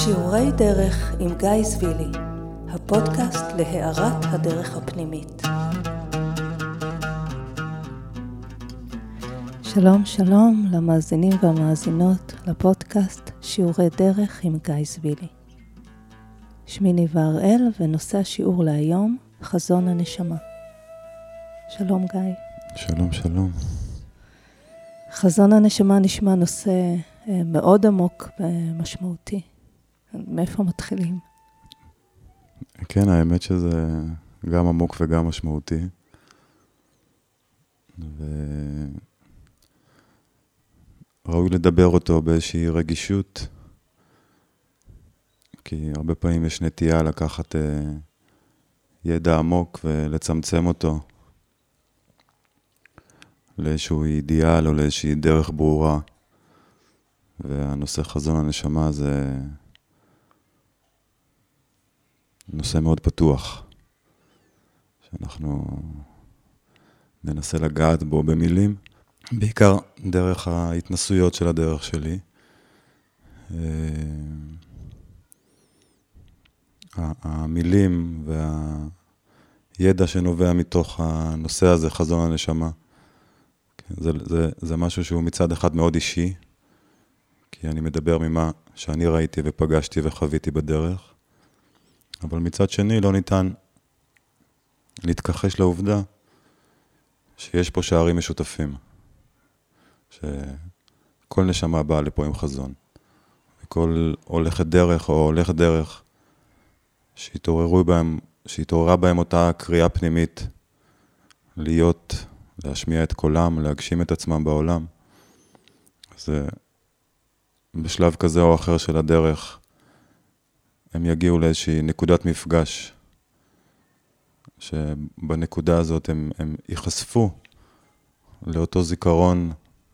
שיעורי דרך עם גיא זבילי, הפודקאסט להארת הדרך הפנימית. שלום שלום למאזינים והמאזינות לפודקאסט שיעורי דרך עם גיא זבילי. שמי ניבה הראל ונושא השיעור להיום חזון הנשמה. שלום גיא. שלום שלום. חזון הנשמה נשמע נושא מאוד עמוק ומשמעותי. מאיפה מתחילים? כן, האמת שזה גם עמוק וגם משמעותי. וראוי לדבר אותו באיזושהי רגישות, כי הרבה פעמים יש נטייה לקחת ידע עמוק ולצמצם אותו לאיזשהו אידיאל או לאיזושהי דרך ברורה. והנושא חזון הנשמה זה נושא מאוד פתוח, שאנחנו ננסה לגעת בו במילים, בעיקר דרך ההתנסויות של הדרך שלי. המילים והידע שנובע מתוך הנושא הזה, חזון הנשמה, זה משהו שהוא מצד אחד מאוד אישי, כי אני מדבר ממה שאני ראיתי ופגשתי וחוויתי בדרך, אבל מצד שני לא ניתן להתכחש לעובדה שיש פה שערים משותפים, שכל נשמה באה לפה עם חזון, וכל הולכת דרך או הולכת דרך שהתעוררה בהם אותה קריאה פנימית להיות, להשמיע את קולם, להגשים את עצמם בעולם. זה בשלב כזה או אחר של הדרך, הם יגיעו לאיזושהי נקודת מפגש, שבנקודה הזאת הם ייחשפו לאותו זיכרון,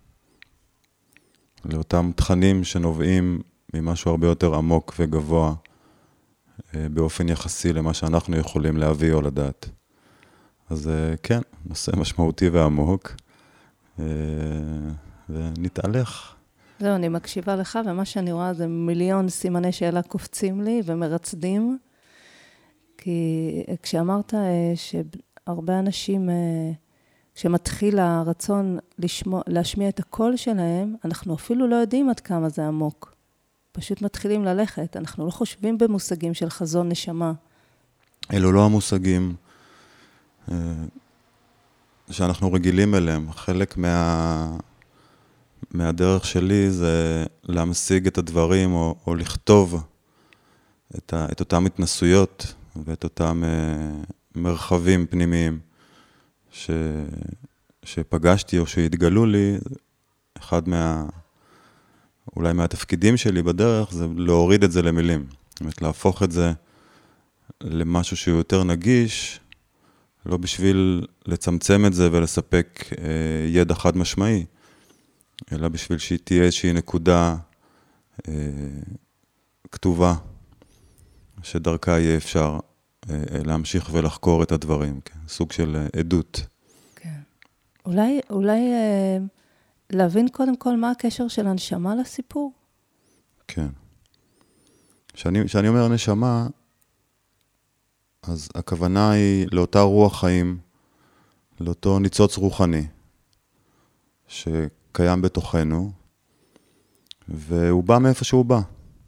לאותם תכנים שנובעים ממשהו הרבה יותר עמוק וגבוה, באופן יחסי למה שאנחנו יכולים להביא או לדעת. אז כן, נושא משמעותי ועמוק, ונתהלך. זהו, אני מקשיבה לך, ומה שאני רואה זה מיליון סימני שאלה קופצים לי ומרצדים, כי כשאמרת שהרבה אנשים, כשמתחיל הרצון להשמיע את הקול שלהם, אנחנו אפילו לא יודעים עד כמה זה עמוק. פשוט מתחילים ללכת, אנחנו לא חושבים במושגים של חזון נשמה. אלו לא המושגים שאנחנו רגילים אליהם. חלק מהדרך שלי זה להמשיג את הדברים או לכתוב את אותם התנסויות ואת אותם מרחבים פנימיים שפגשתי או שהתגלו לי. אחד אולי מהתפקידים שלי בדרך זה להוריד את זה למילים. זאת אומרת, להפוך את זה למשהו שהוא יותר נגיש, לא בשביל לצמצם את זה ולספק ידע חד משמעי, אלא בשביל שהיא תהיה איזושהי נקודה כתובה, שדרכה יהיה אפשר להמשיך ולחקור את הדברים, כן? סוג של עדות. כן. אולי להבין קודם כל מה הקשר של הנשמה לסיפור? כן. כשאני אומר נשמה, אז הכוונה היא לאותה רוח חיים, לאותו ניצוץ רוחני, שקיים בתוכנו, והוא בא מאיפה שהוא בא.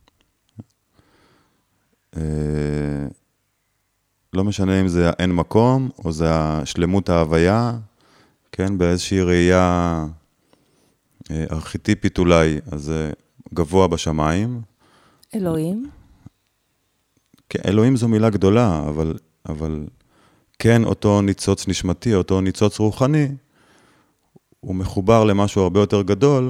לא משנה אם זה אין מקום, או זה השלמות ההוויה, כן, באיזושהי ראייה ארכיטיפית אולי, אז זה גבוה בשמיים. אלוהים? כן, אלוהים זו מילה גדולה, אבל כן אותו ניצוץ נשמתי, אותו ניצוץ רוחני, הוא מחובר למשהו הרבה יותר גדול,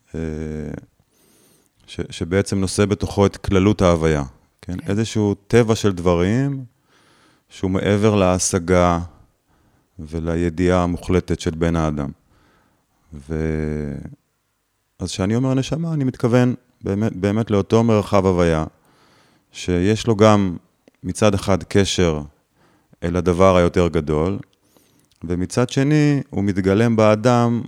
שבעצם נושא בתוכו את כללות ההוויה. כן? איזשהו טבע של דברים, שהוא מעבר להשגה ולידיעה המוחלטת של בן האדם. אז כשאני אומר נשמה, אני מתכוון באמת לאותו מרחב הוויה, שיש לו גם מצד אחד קשר אל הדבר היותר גדול, ומצד שני הוא מתגלם באדם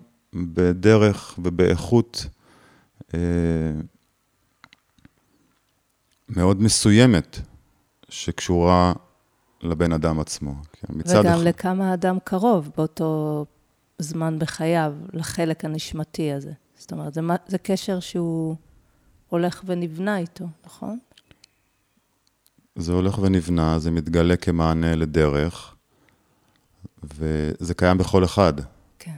בדרך ובאיכות מאוד מסוימת, שקשורה לבן אדם עצמו. וגם לכמה האדם קרוב באותו זמן בחייו, לחלק הנשמתי הזה. זאת אומרת, זה קשר שהוא הולך ונבנה איתו, נכון? זה הולך ונבנה, זה מתגלה כמענה לדרך, וזה קיים בכל אחד. כן.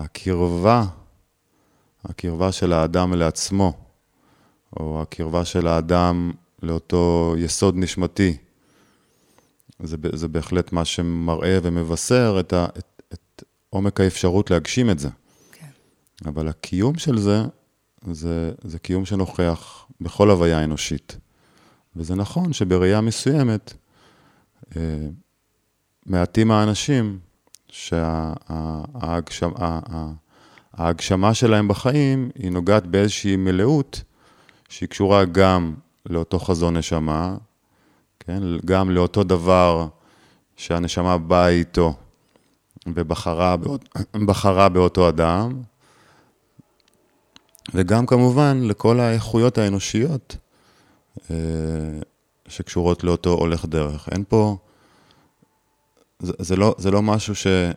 הקרבה של האדם לעצמו, או הקרבה של האדם לאותו יסוד נשמתי, זה בהחלט מה שמראה ומבשר את עומק האפשרות להגשים את זה. כן. אבל הקיום של זה קיום שנוכח בכל הוויה האנושית. וזה נכון שבראייה מסוימת, מעטים האנשים שההגשמה שלהם בחיים היא נוגעת באיזושהי מלאות, שהיא קשורה גם לאותו חזון נשמה, כן? גם לאותו דבר שהנשמה באה איתו ובחרה באותו אדם, וגם כמובן לכל האיכויות האנושיות שקשורות לאותו הולך דרך. אין פה, זה לא משהו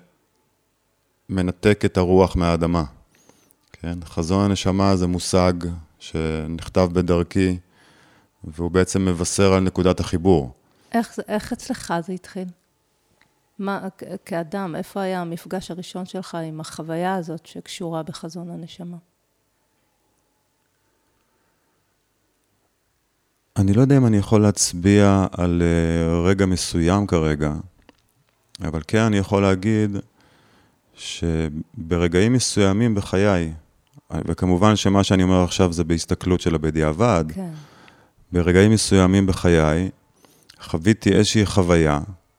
שמנתק את הרוח מהאדמה. כן? חזון הנשמה זה מושג שנכתב בדרכי, והוא בעצם מבשר על נקודת החיבור. איך אצלך זה התחיל? כאדם, איפה היה המפגש הראשון שלך עם החוויה הזאת שקשורה בחזון הנשמה? אני לא יודע אם אני יכול להצביע על רגע מסוים כרגע, אבל כן אני יכול להגיד שברגעים מסוימים בחיי, וכמובן שמה שאני אומר עכשיו זה בהסתכלות של הבדיעבד, כן. ברגעים מסוימים בחיי, חוויתי איזושהי חוויה,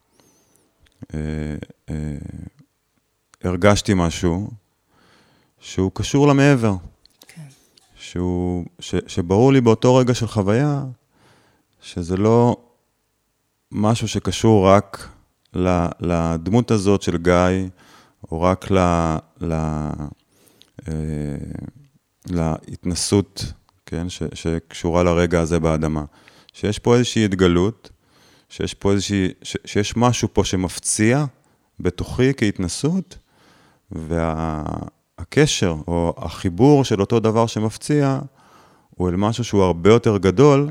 הרגשתי משהו שהוא קשור למעבר. כן. שברור לי באותו רגע של חוויה, שזה לא משהו שקשור רק לדמות הזאת של גיא, או רק להתנסות, כן, שקשורה לרגע הזה באדמה. שיש פה איזושהי התגלות, שיש משהו פה שמפציע בתוכי כהתנסות, והקשר או החיבור של אותו דבר שמפציע, הוא אל משהו שהוא הרבה יותר גדול,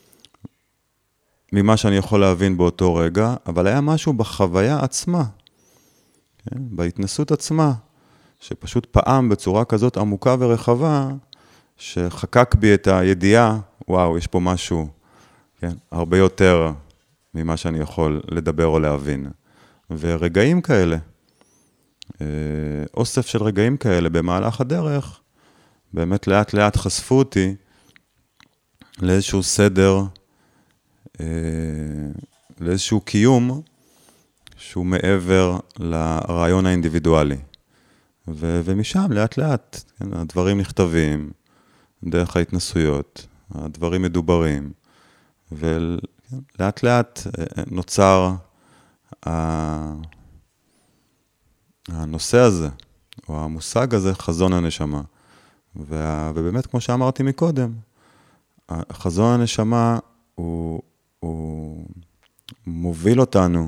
ממה שאני יכול להבין באותו רגע, אבל היה משהו בחוויה עצמה, כן? בהתנסות עצמה, שפשוט פעם בצורה כזאת עמוקה ורחבה, שחקק בי את הידיעה, וואו, יש פה משהו, כן? הרבה יותר ממה שאני יכול לדבר או להבין. ורגעים כאלה, אוסף של רגעים כאלה במהלך הדרך, באמת לאט לאט חשפו אותי לאיזשהו סדר, לאיזשהו קיום שהוא מעבר לרעיון האינדיבידואלי. ומשם לאט לאט, כן, הדברים נכתבים דרך ההתנסויות, הדברים מדוברים, ולאט לאט נוצר הנושא הזה, או המושג הזה, חזון הנשמה. ובאמת, כמו שאמרתי מקודם, חזון הנשמה הוא מוביל אותנו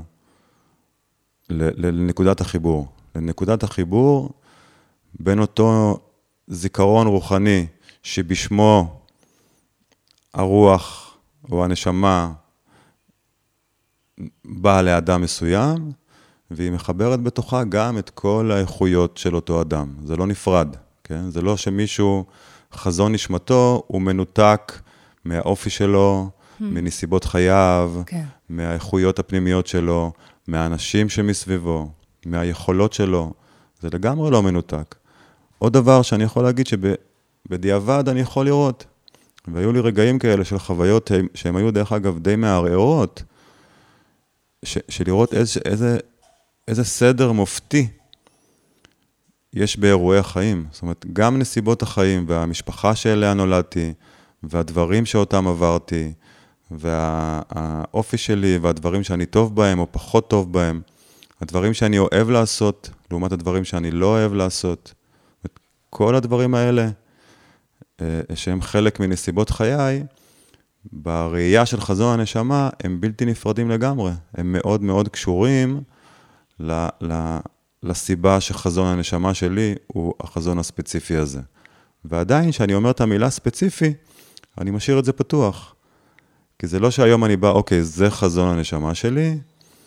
לנקודת החיבור. לנקודת החיבור בין אותו זיכרון רוחני שבשמו הרוח או הנשמה באה לאדם מסוים, והיא מחברת בתוכה גם את כל האיכויות של אותו אדם. זה לא נפרד, כן? זה לא שמישהו חזון נשמתו, הוא מנותק מהאופי שלו, מנסיבות חייו, כן. מהאיכויות הפנימיות שלו, מהאנשים שמסביבו, מהיכולות שלו. זה לגמרי לא מנותק. עוד דבר שאני יכול להגיד שבדיעבד אני יכול לראות, והיו לי רגעים כאלה של חוויות שהם היו דרך אגב די מערערות, שלראות איזה סדר מופתי יש באירועי החיים. זאת אומרת, גם נסיבות החיים והמשפחה שאליה נולדתי, והדברים שאותם עברתי, והאופי שלי והדברים שאני טוב בהם או פחות טוב בהם, הדברים שאני אוהב לעשות, לעומת הדברים שאני לא אוהב לעשות. כל הדברים האלה, שהם חלק מנסיבות חיי, בראייה של חזון הנשמה, הם בלתי נפרדים לגמרי. הם מאוד מאוד קשורים לסיבה שחזון הנשמה שלי הוא החזון הספציפי הזה. ועדיין, כשאני אומר את המילה ספציפי, אני משאיר את זה פתוח. כי זה לא שהיום אני בא, אוקיי, זה חזון הנשמה שלי,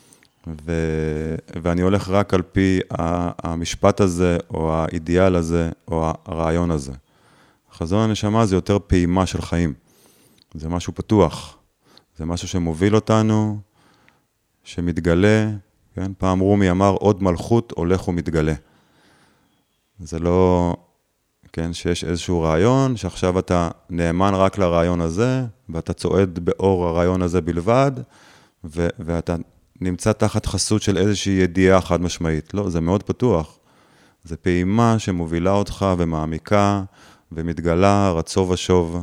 ואני הולך רק על פי המשפט הזה, או האידיאל הזה, או הרעיון הזה. חזון הנשמה זה יותר פעימה של חיים. זה משהו פתוח. זה משהו שמוביל אותנו, שמתגלה. כן? פעם רומי אמר, עוד מלכות הולך ומתגלה. זה לא, כן, שיש איזשהו רעיון, שעכשיו אתה נאמן רק לרעיון הזה, ואתה צועד באור הרעיון הזה בלבד, ואתה נמצא תחת חסות של איזושהי ידיעה חד משמעית. לא, זה מאוד פתוח. זה פעימה שמובילה אותך ומעמיקה, ומתגלה רצו ושוב,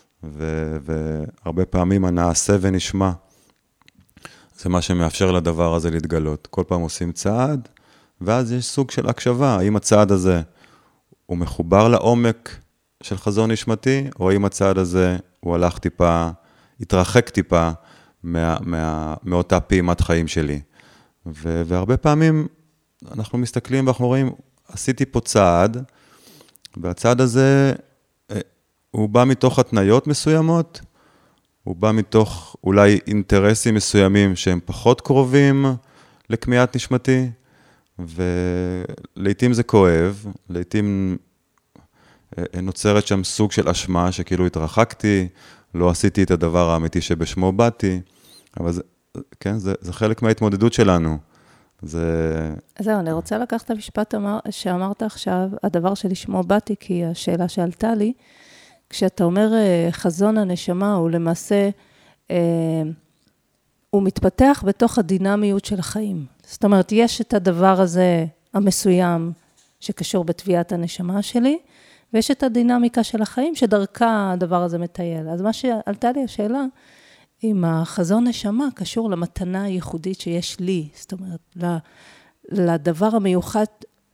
והרבה פעמים הנעשה ונשמע. זה מה שמאפשר לדבר הזה להתגלות. כל פעם עושים צעד, ואז יש סוג של הקשבה. האם הצעד הזה הוא מחובר לעומק של חזון נשמתי, או האם הצעד הזה הוא הלך טיפה, התרחק טיפה מאותה פעימת חיים שלי. והרבה פעמים אנחנו מסתכלים ואנחנו רואים, עשיתי פה צעד, והצעד הזה הוא בא מתוך התניות מסוימות, הוא בא מתוך אולי אינטרסים מסוימים שהם פחות קרובים לקמיית נשמתי, ולעיתים זה כואב, לעיתים נוצרת שם סוג של אשמה שכאילו התרחקתי, לא עשיתי את הדבר האמיתי שבשמו באתי, אבל זה, כן, זה חלק מההתמודדות שלנו. זהו, אני רוצה לקחת את המשפט שאמרת עכשיו, הדבר שלשמו באתי, כי השאלה שעלתה לי, כשאתה אומר חזון הנשמה, הוא למעשה, הוא מתפתח בתוך הדינמיות של החיים. זאת אומרת, יש את הדבר הזה המסוים שקשור בתביעת הנשמה שלי, ויש את הדינמיקה של החיים שדרכה הדבר הזה מטייל. אז מה שעלתה לי השאלה, אם החזון נשמה קשור למתנה הייחודית שיש לי, זאת אומרת, לדבר המיוחד,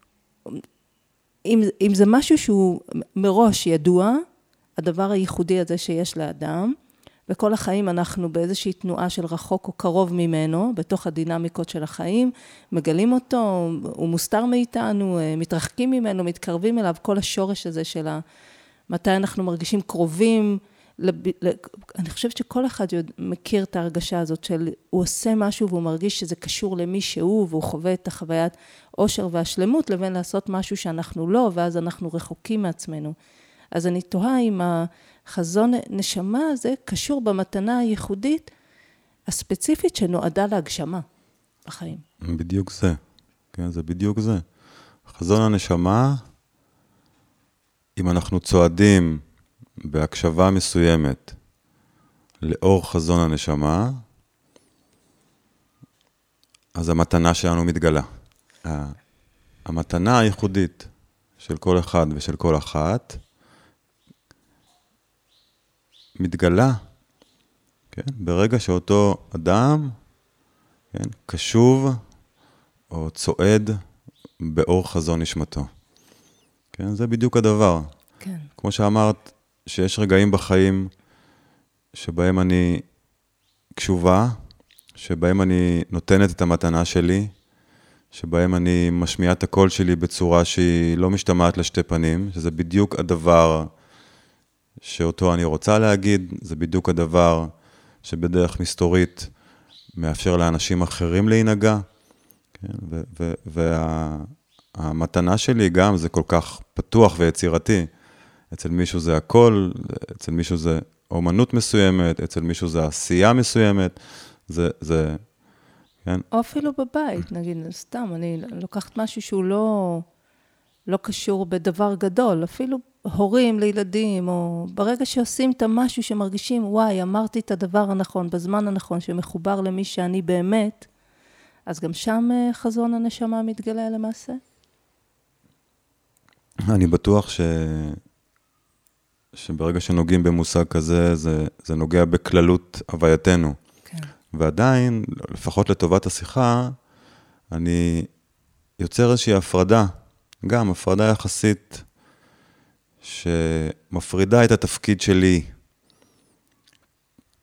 אם זה משהו שהוא מראש ידוע, הדבר הייחודי הזה שיש לאדם, וכל החיים אנחנו באיזושהי תנועה של רחוק או קרוב ממנו, בתוך הדינמיקות של החיים, מגלים אותו, הוא מוסתר מאיתנו, מתרחקים ממנו, מתקרבים אליו, כל השורש הזה של מתי אנחנו מרגישים קרובים, אני חושבת שכל אחד מכיר את ההרגשה הזאת של הוא עושה משהו והוא מרגיש שזה קשור למי שהוא, והוא חווה את החוויית אושר והשלמות, לבין לעשות משהו שאנחנו לא, ואז אנחנו רחוקים מעצמנו. אז אני תוהה אם החזון נשמה הזה קשור במתנה הייחודית הספציפית שנועדה להגשמה בחיים. בדיוק זה. כן, זה בדיוק זה. חזון הנשמה, אם אנחנו צועדים בהקשבה מסוימת לאור חזון הנשמה, אז המתנה שלנו מתגלה. המתנה הייחודית של כל אחד ושל כל אחת, מתגלה, כן? ברגע שאותו אדם, כן? קשוב או צועד באור חזון נשמתו. כן? זה בדיוק הדבר. כן. כמו שאמרת, שיש רגעים בחיים שבהם אני קשובה, שבהם אני נותנת את המתנה שלי, שבהם אני משמיעה את הקול שלי בצורה שהיא לא משתמעת לשתי פנים, שזה בדיוק הדבר שאותו אני רוצה להגיד, זה בדיוק הדבר שבדרך מסתורית מאפשר לאנשים אחרים להינגע, כן? והמתנה שלי גם זה כל כך פתוח ויצירתי, אצל מישהו זה הכל, אצל מישהו זה אומנות מסוימת, אצל מישהו זה עשייה מסוימת, זה כן? או אפילו בבית, נגיד, סתם, אני לוקחת משהו שהוא לא קשור בדבר גדול, אפילו הורים לילדים, או ברגע שעושים את המשהו שמרגישים, וואי, אמרתי את הדבר הנכון, בזמן הנכון, שמחובר למי שאני באמת, אז גם שם חזון הנשמה מתגלה למעשה? אני בטוח שברגע שנוגעים במושג כזה, זה נוגע בכללות הווייתנו. כן. ועדיין, לפחות לטובת השיחה, אני יוצר איזושהי הפרדה, גם הפרדה יחסית, שמפרידה את התפקיד שלי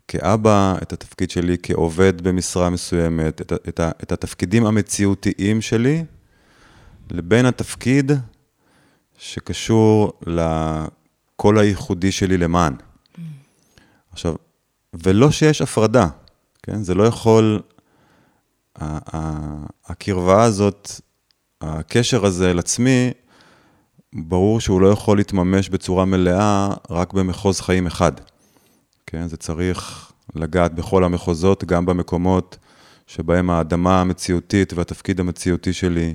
כאבא, את התפקיד שלי כעובד במשרה מסוימת, את התפקידים המציאותיים שלי, לבין התפקיד שקשור לקול הייחודי שלי למען. עכשיו, ולא שיש הפרדה, כן? זה לא יכול, הקרבה הזאת, הקשר הזה אל עצמי, ברור שהוא לא יכול להתממש בצורה מלאה רק במחוז חיים אחד. כן? זה צריך לגעת בכל המחוזות, גם במקומות שבהם האדמה המציאותית והתפקיד המציאותי שלי,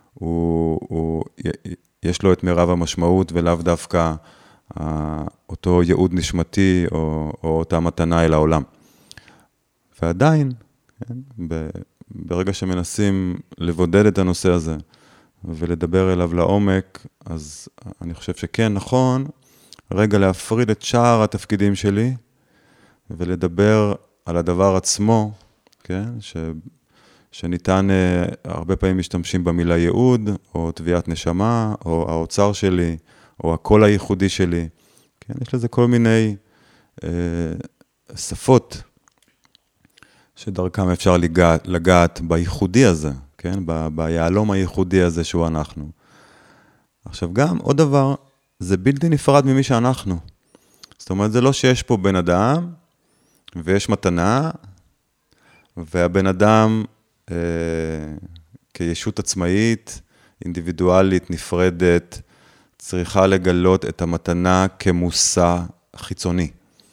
יש לו את מירב המשמעות ולאו דווקא אותו ייעוד נשמתי או אותה מתנה אל העולם. ועדיין, כן, ברגע שמנסים לבודד את הנושא הזה ולדבר אליו לעומק, אז אני חושב שכן נכון, רגע להפריד את שאר התפקידים שלי ולדבר על הדבר עצמו, כן, שניתן, הרבה פעמים משתמשים במילה ייעוד, או תביעת נשמה, או האוצר שלי, או הקול הייחודי שלי. כן, יש לזה כל מיני שפות שדרכם אפשר לגעת בייחודי הזה, כן, ביעלום הייחודי הזה שהוא אנחנו. עכשיו גם עוד דבר, זה בלתי נפרד ממי שאנחנו. זאת אומרת, זה לא שיש פה בן אדם, ויש מתנה, והבן אדם כישות עצמאית, אינדיבידואלית, נפרדת, צריכה לגלות את המתנה כמושא חיצוני.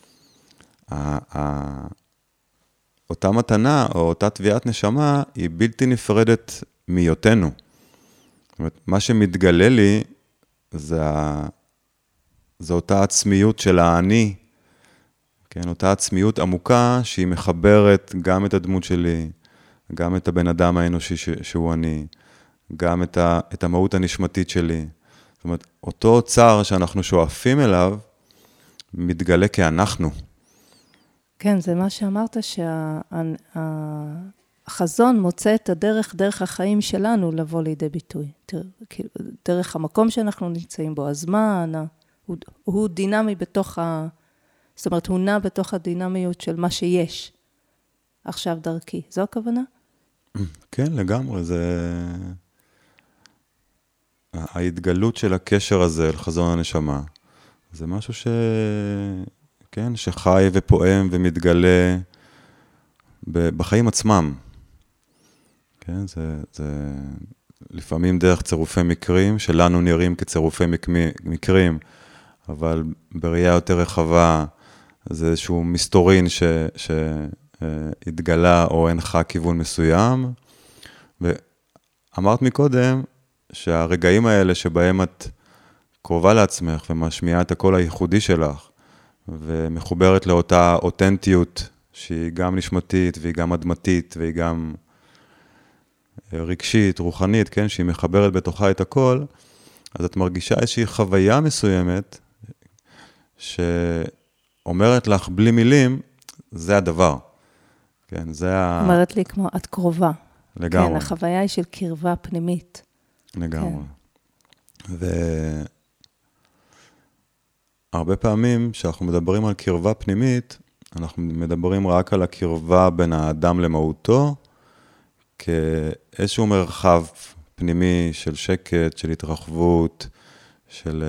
אותה מתנה או אותה תביעת נשמה היא בלתי נפרדת מהיותנו. זאת אומרת, מה שמתגלה לי זה אותה עצמיות של האני, כן, אותה עצמיות עמוקה שהיא מחברת גם את הדמות שלי, גם את הבן אדם האנושי שהוא אני, גם את המהות הנשמתית שלי. זאת אומרת, אותו אוצר שאנחנו שואפים אליו, מתגלה כאנחנו. כן, זה מה שאמרת, שהחזון מוצא את הדרך, דרך החיים שלנו לבוא לידי ביטוי. דרך המקום שאנחנו נמצאים בו, הזמן, הוא דינמי בתוך זאת אומרת, הוא נע בתוך הדינמיות של מה שיש עכשיו דרכי. זו הכוונה? כן, לגמרי. ההתגלות של הקשר הזה אל חזון הנשמה, זה משהו כן, שחי ופועם ומתגלה בחיים עצמם. כן, זה לפעמים דרך צירופי מקרים, שלנו נראים כצירופי מקרים, אבל בראייה יותר רחבה, זה איזשהו מסתורין שהתגלה או הנחה כיוון מסוים. ואמרת מקודם שהרגעים האלה שבהם את קרובה לעצמך ומשמיעה את הקול הייחודי שלך, ומחוברת לאותה אותנטיות שהיא גם נשמתית והיא גם אדמתית והיא גם רגשית, רוחנית, כן? שהיא מחברת בתוכה את הכל, אז את מרגישה איזושהי חוויה מסוימת שאומרת לך בלי מילים, זה הדבר. כן, אומרת לי כמו את קרובה. לגמרי. כן, החוויה היא של קרבה פנימית. לגמרי. כן. הרבה פעמים שאנחנו מדברים על קרבה פנימית, אנחנו מדברים רק על הקרבה בין האדם למהותו, כאיזשהו מרחב פנימי של שקט, של התרחבות, של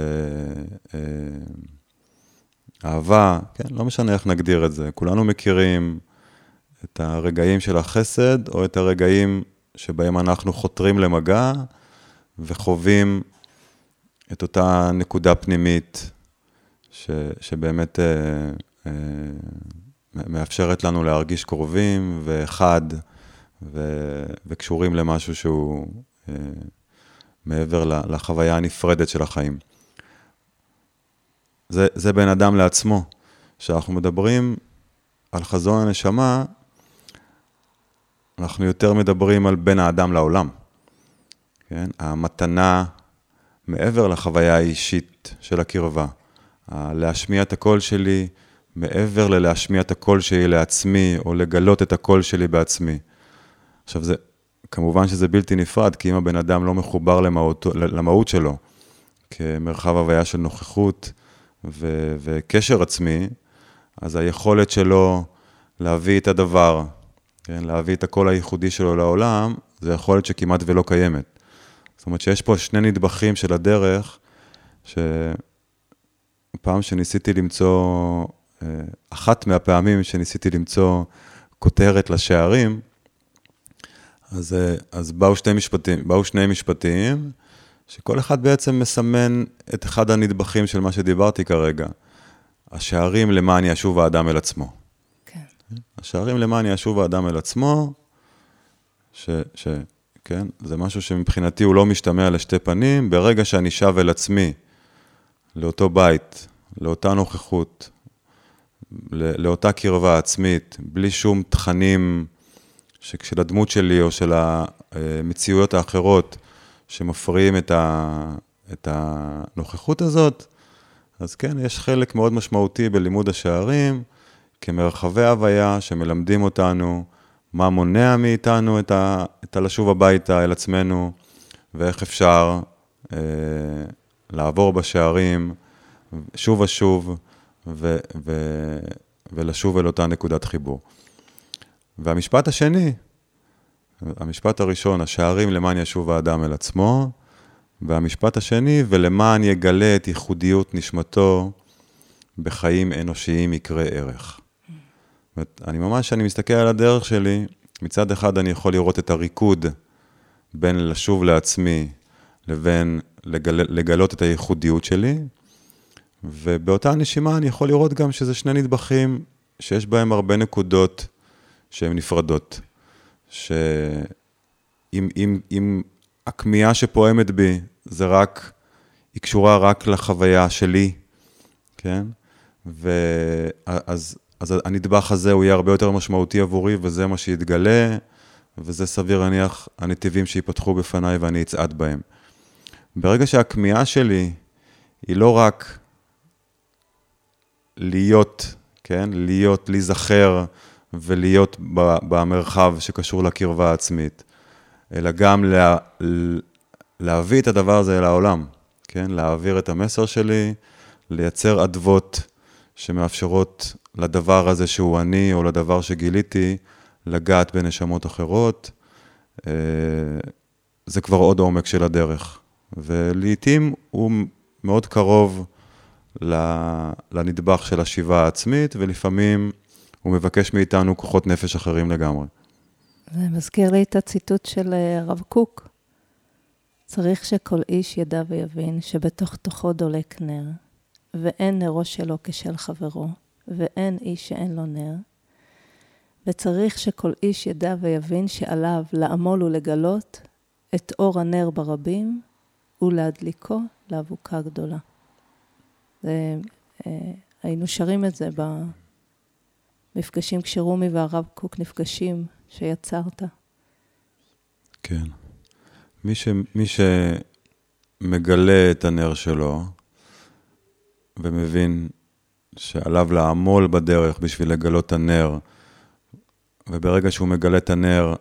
אהבה, כן? לא משנה איך נגדיר את זה. כולנו מכירים את הרגעים של החסד, או את הרגעים שבהם אנחנו חותרים למגע, וחווים את אותה נקודה פנימית, שבאמת מאפשרת לנו להרגיש קרובים ואחד וקשורים למשהו שהוא מעבר לחוויה הנפרדת של החיים. זה בין אדם לעצמו. כשאנחנו מדברים על חזון הנשמה, אנחנו יותר מדברים על בין האדם לעולם. כן? המתנה מעבר לחוויה האישית של הקרבה. להשמיע את הקול שלי מעבר ללהשמיע את הקול שלי לעצמי, או לגלות את הקול שלי בעצמי. עכשיו, כמובן שזה בלתי נפרד, כי אם הבן אדם לא מחובר למהות שלו, כמרחב הוויה של נוכחות וקשר עצמי, אז היכולת שלו להביא את הדבר, כן? להביא את הקול הייחודי שלו לעולם, זה יכול להיות שכמעט ולא קיימת. זאת אומרת שיש פה שני נדבכים של הדרך, שפעם שניסיתי למצוא, אחת מהפעמים שניסיתי למצוא כותרת לשערים, אז באו שני משפטים, שכל אחד בעצם מסמן את אחד הנדבכים של מה שדיברתי כרגע. השערים למען ישוב האדם אל עצמו. כן. השערים למען ישוב האדם אל עצמו, כן, זה משהו שמבחינתי הוא לא משתמע לשתי פנים, ברגע שאני שב אל עצמי, לאותו בית, לאותה נוכחות, לאותה קרבה עצמית, בלי שום תכנים של הדמות שלי או של המציאויות האחרות שמפריעים את הנוכחות הזאת, אז כן, יש חלק מאוד משמעותי בלימוד השערים, כמרחבי הוויה שמלמדים אותנו מה מונע מאיתנו את הלשוב הביתה אל עצמנו, ואיך אפשר לעבור בשערים שוב ושוב, ולשוב אל אותה נקודת חיבור. והמשפט השני, המשפט הראשון, השערים למען ישוב האדם אל עצמו, והמשפט השני, ולמען יגלה את ייחודיות נשמתו בחיים אנושיים יקרה ערך. אני מסתכל על הדרך שלי, מצד אחד אני יכול לראות את הריקוד בין לשוב לעצמי לבין לגלות את הייחודיות שלי, ובאותה נשימה אני יכול לראות גם שזה שני נדבכים שיש בהם הרבה נקודות שהן נפרדות. שאם הכמיהה שפועמת בי זה רק, היא קשורה רק לחוויה שלי, כן? אז הנדבך הזה הוא יהיה הרבה יותר משמעותי עבורי, וזה מה שיתגלה, וזה סביר להניח הנתיבים שיפתחו בפניי ואני אצעד בהם. ברגע שהכמיהה שלי היא לא רק להיות, כן? להיזכר ולהיות במרחב שקשור לקרבה העצמית, אלא גם להביא את הדבר הזה אל העולם, כן? להעביר את המסר שלי, לייצר אדוות שמאפשרות לדבר הזה שהוא אני, או לדבר שגיליתי, לגעת בנשמות אחרות. זה כבר עוד עומק של הדרך. ולעיתים הוא מאוד קרוב לנדבך של השיבה העצמית, ולפעמים הוא מבקש מאיתנו כוחות נפש אחרים לגמרי. זה מזכיר לי את הציטוט של הרב קוק. צריך שכל איש ידע ויבין שבתוך תוכו דולק נר, ואין נרו שלו כשל חברו, ואין איש שאין לו נר. וצריך שכל איש ידע ויבין שעליו לעמול ולגלות את אור הנר ברבים, ולהדליקו לאבוקה גדולה. היינו שרים את זה במפגשים כשרומי והרב קוק נפגשים שיצרת. כן. מי שמגלה את הנר שלו, ומבין שעליו לעמול בדרך בשביל לגלות את הנר, וברגע שהוא מגלה את הנר,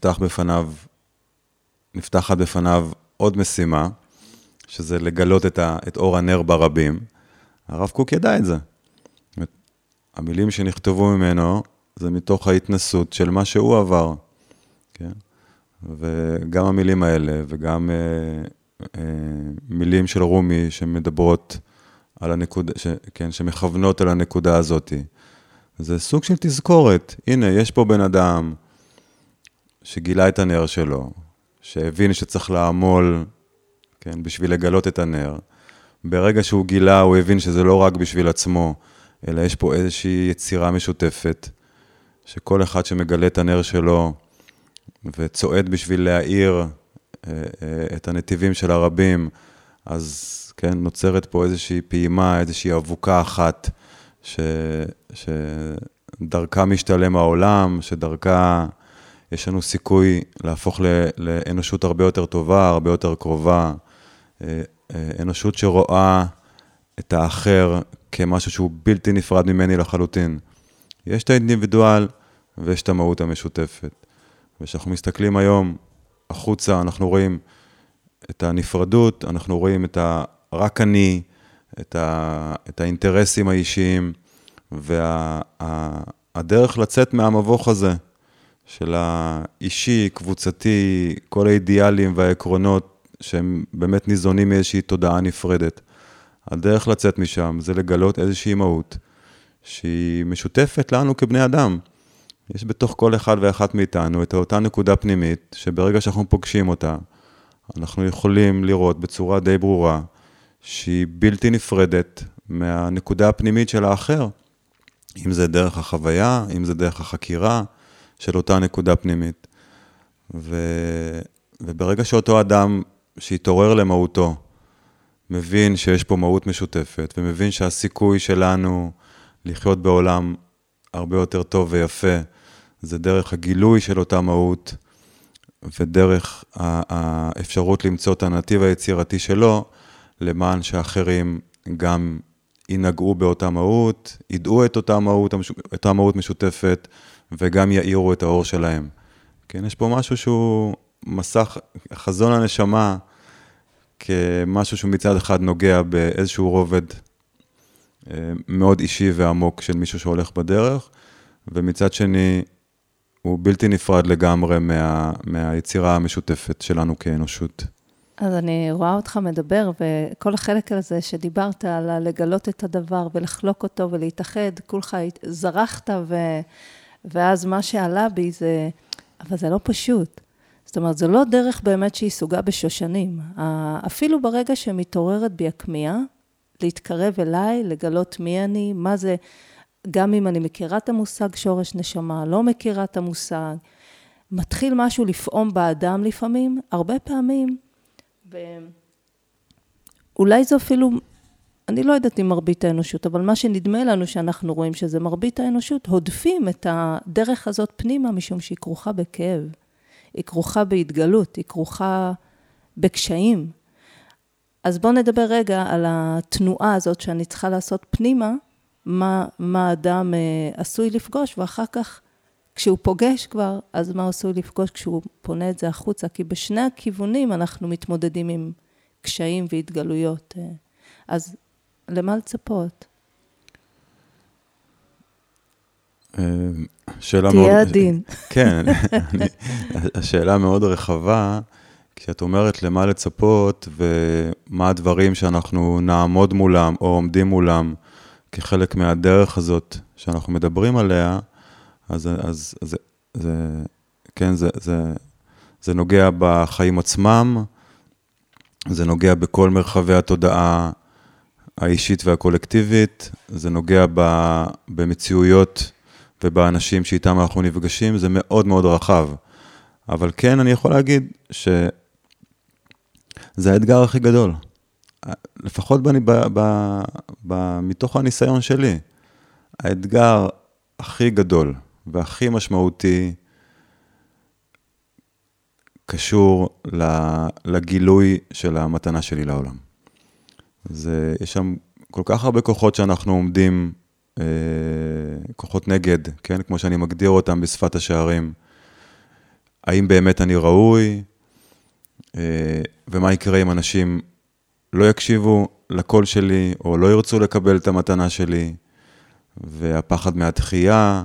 נפתחת בפניו עוד משימה, שזה לגלות את אור הנר ברבים. הרב קוק ידע את זה. המילים שנכתבו ממנו, זה מתוך ההתנסות של מה שהוא עבר. כן? וגם המילים האלה, וגם מילים של רומי שמדברות על הנקודה, כן, שמכוונות על הנקודה הזאת. זה סוג של תזכורת. הנה, יש פה בן אדם שגילה את הנר שלו, שהבין שצריך לעמול, כן, בשביל לגלות את הנר. ברגע שהוא גילה, הוא הבין שזה לא רק בשביל עצמו, אלא יש פה איזושהי יצירה משותפת, שכל אחד שמגלה את הנר שלו, וצועד בשביל להאיר את הנתיבים של הרבים, אז כן, נוצרת פה איזושהי פעימה, איזושהי אבוקה אחת, שדרכה משתלם העולם, שדרכה יש לנו סיכוי להפוך לאנושות הרבה יותר טובה, הרבה יותר קרובה, אנושות שרואה את האחר כמשהו שהוא בלתי נפרד ממני לחלוטין. יש את האינדיבידואל ויש את המהות המשותפת. וכשאנחנו מסתכלים היום החוצה, אנחנו רואים את הנפרדות, אנחנו רואים את רק אני, את האינטרסים האישיים, הדרך לצאת מהמבוך הזה, של האישי, קבוצתי, כל האידיאלים והעקרונות, שהם באמת ניזונים מאיזושהי תודעה נפרדת. הדרך לצאת משם זה לגלות איזושהי מהות, שהיא משותפת לנו כבני אדם. יש בתוך כל אחד ואחת מאיתנו את אותה נקודה פנימית, שברגע שאנחנו פוגשים אותה, אנחנו יכולים לראות בצורה די ברורה, שהיא בלתי נפרדת מהנקודה הפנימית של האחר. אם זה דרך החוויה, אם זה דרך החקירה של אותה נקודה פנימית. וברגע שאותו אדם שהתעורר למהותו, מבין שיש פה מהות משותפת, ומבין שהסיכוי שלנו לחיות בעולם הרבה יותר טוב ויפה, זה דרך הגילוי של אותה מהות, ודרך האפשרות למצוא את הנתיב היצירתי שלו, למען שאחרים גם ינגעו באותה מהות, ידעו את אותה מהות משותפת, וגם יאירו את האור שלהם. כן, יש פה משהו שהוא מסך, חזון הנשמה, כמשהו שהוא מצד אחד נוגע באיזשהו רובד מאוד אישי ועמוק של מישהו שהולך בדרך, ומצד שני הוא בלתי נפרד לגמרי מהיצירה המשותפת שלנו כאנושות. אז אני רואה אותך מדבר, וכל החלק הזה שדיברת על לגלות את הדבר ולחלוק אותו ולהתאחד, כולך זרחת, ואז מה שעלה בי זה, אבל זה לא פשוט. זאת אומרת, זה לא דרך באמת שהיא סוגה בשושנים. אפילו ברגע שמתעוררת בי הכמיהה, להתקרב אליי, לגלות מי אני, מה זה, גם אם אני מכירה את המושג שורש נשמה, לא מכירה את המושג, מתחיל משהו לפעום באדם לפעמים, הרבה פעמים, אולי זה אפילו, אני לא יודעת אם מרבית האנושות, אבל מה שנדמה לנו שאנחנו רואים שזה מרבית האנושות, הודפים את הדרך הזאת פנימה, משום שהיא כרוכה בכאב, היא כרוכה בהתגלות, היא כרוכה בקשיים. אז בואו נדבר רגע על התנועה הזאת שאני צריכה לעשות פנימה, מה האדם עשוי לפגוש, ואחר כך כשהוא פוגש כבר, אז מה עשוי לפגוש כשהוא פונה את זה החוצה? כי בשני הכיוונים אנחנו מתמודדים עם קשיים והתגלויות. אז למה לצפות? תהיה עדין. כן, השאלה מאוד רחבה, כשאת אומרת למה לצפות, ומה הדברים שאנחנו נעמוד מולם, או עומדים מולם, כחלק מהדרך הזאת שאנחנו מדברים עליה, אז זה נוגע בחיים עצמם, זה נוגע בכל מרחבי התודעה האישית והקולקטיבית, זה נוגע במציאויות ובאנשים שאיתם אנחנו נפגשים, זה מאוד מאוד רחב. אבל כן, אני יכול להגיד שזה האתגר הכי גדול. לפחות מתוך הניסיון שלי, האתגר הכי גדול והכי משמעותי קשור לגילוי של המתנה שלי לעולם. יש שם כל כך הרבה כוחות שאנחנו עומדים, כוחות נגד, כן? כמו שאני מגדיר אותם בשפת השערים. האם באמת אני ראוי? ומה יקרה אם אנשים לא יקשיבו לקול שלי, או לא ירצו לקבל את המתנה שלי, והפחד מהתחייה,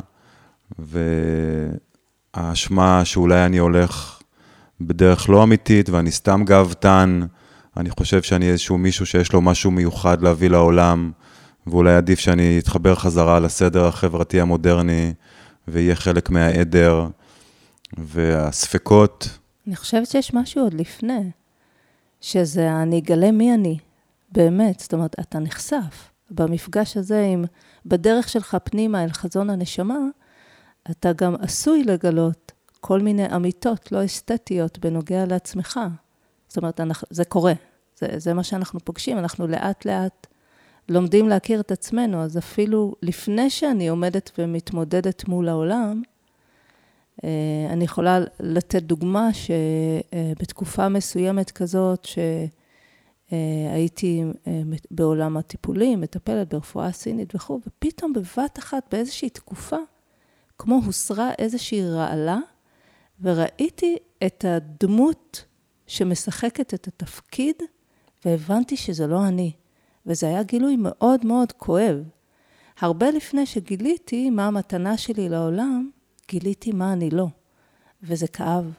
והאשמה שאולי אני הולך בדרך לא אמיתית, ואני סתם גאוותן, אני חושב שאני איזשהו מישהו שיש לו משהו מיוחד להביא לעולם, ואולי עדיף שאני אתחבר חזרה לסדר החברתי המודרני, ויהיה חלק מהעדר, והספקות. אני חושבת שיש משהו עוד לפני, שזה אני אגלה מי אני, באמת, זאת אומרת, אתה נחשף. במפגש הזה, בדרך שלך פנימה אל חזון הנשמה, אתה גם עשוי לגלות כל מיני אמיתות לא אסתטיות בנוגע לעצמך. זאת אומרת, זה קורה. זה מה שאנחנו פוגשים. אנחנו לאט לאט לומדים להכיר את עצמנו, אז אפילו לפני שאני עומדת ומתמודדת מול העולם, אני יכולה לתת דוגמה שבתקופה מסוימת כזאת, שהייתי בעולם הטיפולים, מטפלת ברפואה סינית וכו', ופתאום בבת אחת באיזושהי תקופה, כמו הוסרה איזושהי רעלה, וראיתי את הדמות שמשחקת את התפקיד, והבנתי שזה לא אני. וזה היה גילוי מאוד מאוד כואב. הרבה לפני שגיליתי מה המתנה שלי לעולם, גיליתי מה אני לא, וזה כאב.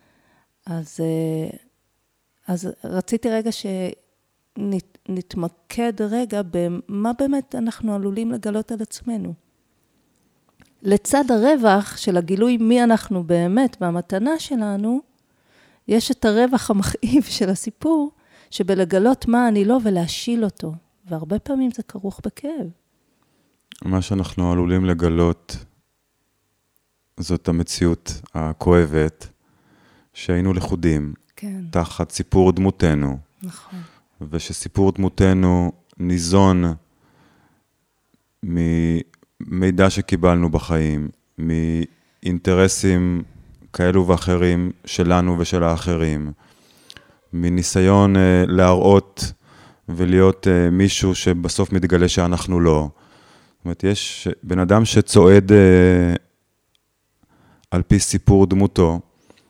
אז רציתי רגע שנתמקד רגע במה באמת אנחנו עלולים לגלות על עצמנו. לצד הרווח של הגילוי מי אנחנו באמת והמתנה שלנו, יש את הרווח המכאיב של הסיפור, שבלגלות מה אני לא ולהשיל אותו. והרבה פעמים זה כרוך בכאב. מה שאנחנו עלולים לגלות, זאת המציאות הכואבת, שהיינו לכודים, כן. תחת סיפור דמותנו. נכון. ושסיפור דמותנו ניזון ממידע שקיבלנו בחיים, מאינטרסים כאלו ואחרים שלנו ושל האחרים, מניסיון להראות ולהיות מישהו שבסוף מתגלה שאנחנו לא. זאת אומרת, יש בן אדם שצועד על פי סיפור דמותו,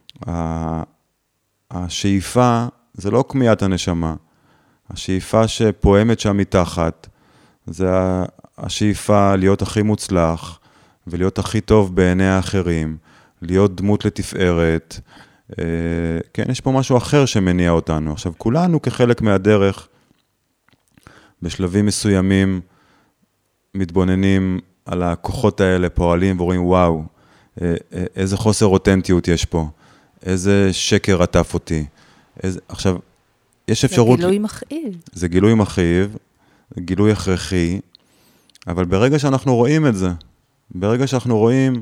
השאיפה זה לא כמיית הנשמה, השאיפה שפועמת שם מתחת, זה השאיפה להיות הכי מוצלח, ולהיות הכי טוב בעיני האחרים, להיות דמות לתפארת. כן, יש פה משהו אחר שמניע אותנו. עכשיו, כולנו כחלק מהדרך, בשלבים מסוימים, מתבוננים על הכוחות האלה, פועלים ורואים, וואו, איזה חוסר אותנטיות יש פה, איזה שקר עטף אותי. עכשיו, יש אפשרות... זה גילוי מכאיב. זה גילוי מכאיב, גילוי הכרחי, אבל ברגע שאנחנו רואים את זה, ברגע שאנחנו רואים